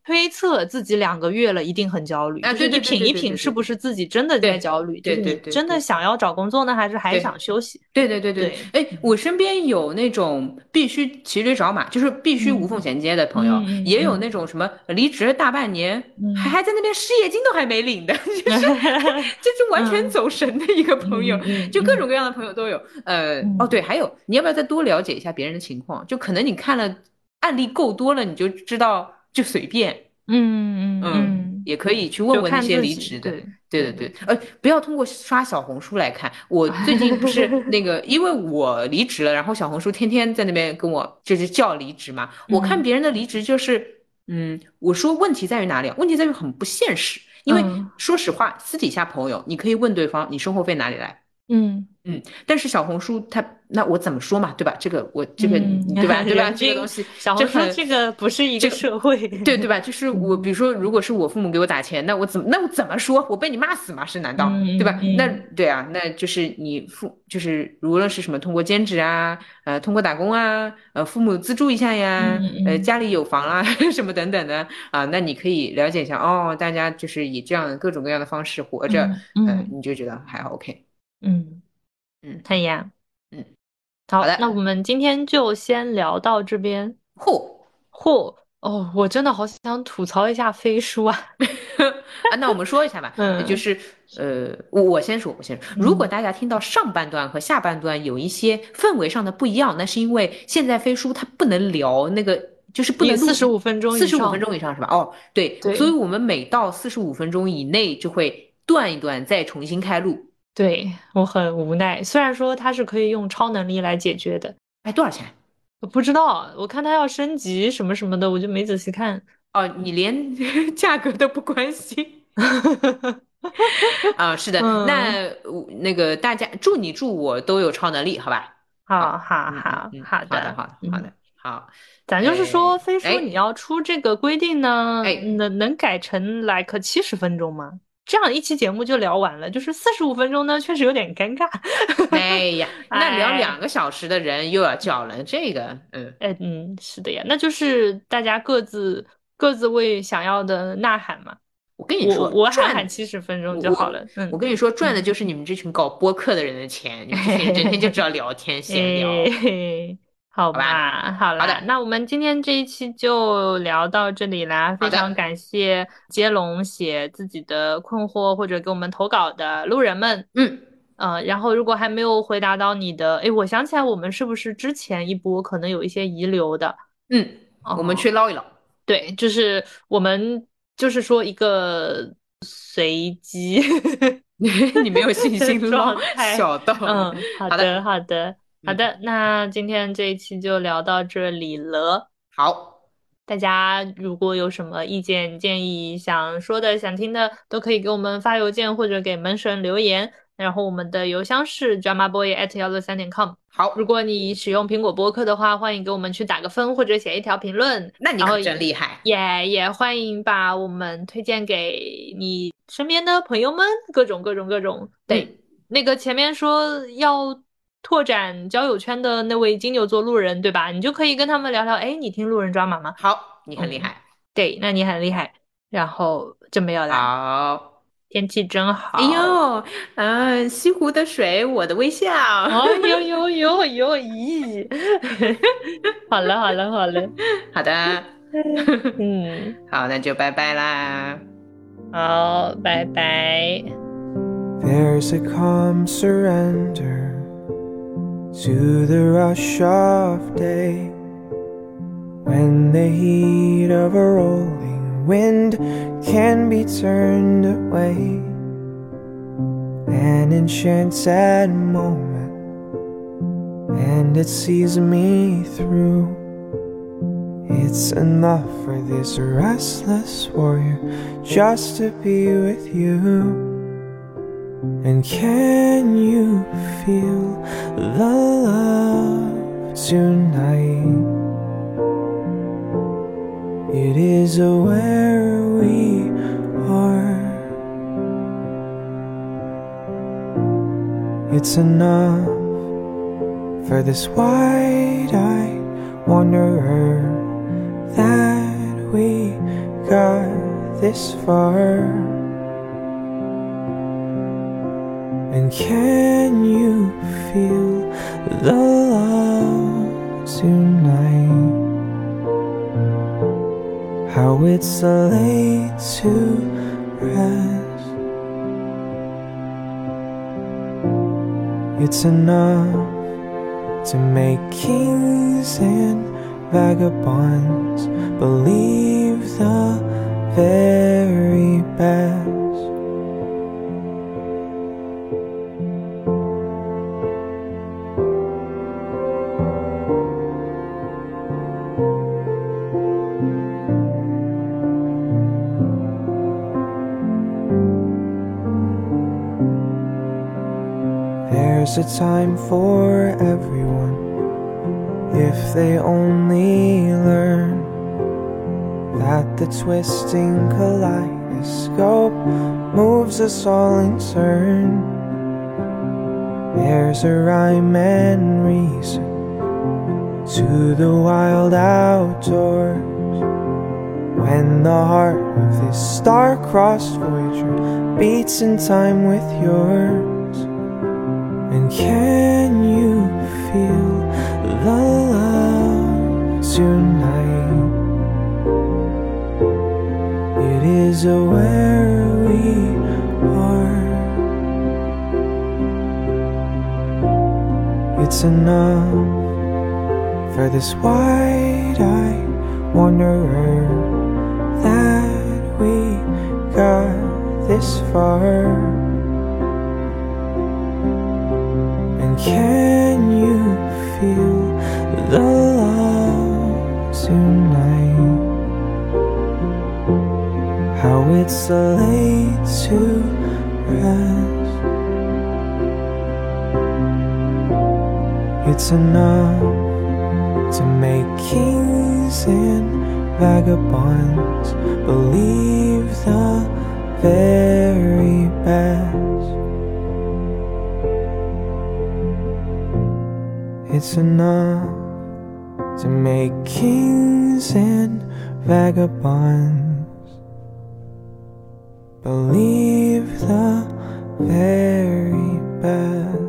推测自己2个月了一定很焦虑，就是你品一品是不是自己真的在焦虑，就是你真的想要找工作呢，还是还想休息？ 对。哎，我身边有那种必须骑驴找马，就是必须无缝衔接的朋友，也有那种什么离职大半年，还在那边失业金都还没领的，就是完全走神的一个朋友，就各种各样的朋友都有。哦对，还有你要不要再多了解一下别人的情况？就可能你看了案例够多了，你就知道就随便。也可以去问问那些离职的。对，不要通过刷小红书来看。我最近不是那个，因为我离职了，然后小红书天天在那边跟我就是叫离职嘛。我看别人的离职就是，我说问题在于哪里啊？问题在于很不现实。因为说实话，私底下朋友你可以问对方，你生活费哪里来？但是小红书那我怎么说嘛，对吧？这个对吧？这个东西， 小红书这个不是一个社会， 对吧？就是我，比如说，如果是我父母给我打钱，那我怎么说？我被你骂死吗？是难道对吧？那对啊，那就是就是无论是什么，通过兼职啊，通过打工啊，父母资助一下呀，家里有房啊，什么等等的啊，那你可以了解一下哦，大家就是以这样各种各样的方式活着，你就觉得还 OK。 可以呀。 好的， 那我们今天就先聊到这边。哦，我真的好想吐槽一下飞书啊！ 那我们说一下吧，就是我先说，如果大家听到上半段和下半段有一些氛围上的不一样，那是因为现在飞书它不能聊那个，就是不能 45分钟以上 ，45分钟以上是吧？哦，对，所以我们每到45分钟以内就会断一段，再重新开录。 对，我很无奈，虽然说它是可以用超能力来解决的。 哎，多少钱？ 我不知道，我看它要升级什么什么的，我就没仔细看。 哦，你连价格都不关心。是的，那个大家祝你祝我都有超能力，好吧？ 好的，好。 咱就是说，飞书你要出这个规定呢，能改成like 70分钟吗？这样一期节目就聊完了，就是45分钟呢，确实有点尴尬。 哎呀，那聊2个小时的人又要叫了，这个， 是的呀，那就是大家各自为想要的呐喊嘛。 我跟你说， 我喊70分钟就好了。 我跟你说，赚的就是你们这群搞播客的人的钱，你们这群整天就知道聊天闲聊。 好吧，好的，那我们今天这一期就聊到这里啦。非常感谢接龙写自己的困惑或者给我们投稿的路人们。然后如果还没有回答到你的，我想起来我们是不是之前一波可能有一些遗留的？ 我们去捞一捞。 对，就是我们就是说一个随机你没有信心捞小道。 好的，那今天这一期就聊到这里了。 好， 大家如果有什么意见建议想说的想听的，都可以给我们发邮件或者给门神留言。然后我们的邮箱是 dramaboy@163.com。 好， 如果你使用苹果播客的话，欢迎给我们去打个分或者写一条评论。 那你可真厉害。 也欢迎把我们推荐给你身边的朋友们，各种。对，那个前面说要拓展交友圈的那位金牛座路人，对吧？你就可以跟他们聊聊，你听路人抓马吗？ 好，你很厉害。 对，那你很厉害。然后就没有啦。 好。 天气真好。 哎呦，西湖的水，我的微笑。 咦。好了。 好的。好，那就拜拜啦。 好，拜拜。 There's a calm surrender to the rush of day, when the heat of a rolling wind can be turned away. An enchanted moment, and it sees me through. It's enough for this restless warrior just to be with you. And can you feel the love tonight? It is where we are. It's enough for this wide-eyed wanderer that we got this far. And can you feel the love tonight? How it's late to rest. It's enough to make kings and vagabonds believe the very best. There's a time for everyone, if they only learn that the twisting kaleidoscope moves us all in turn. There's a rhyme and reason to the wild outdoors, when the heart of this star-crossed Voyager beats in time with yours. And can you feel the love tonight? It is where we are. It's enough for this wide-eyed wanderer that we got this far. And can you feel the love tonight? How it's late to rest. It's enough to make kings and vagabonds believe the very best. It's enough to make kings and vagabonds believe the very best.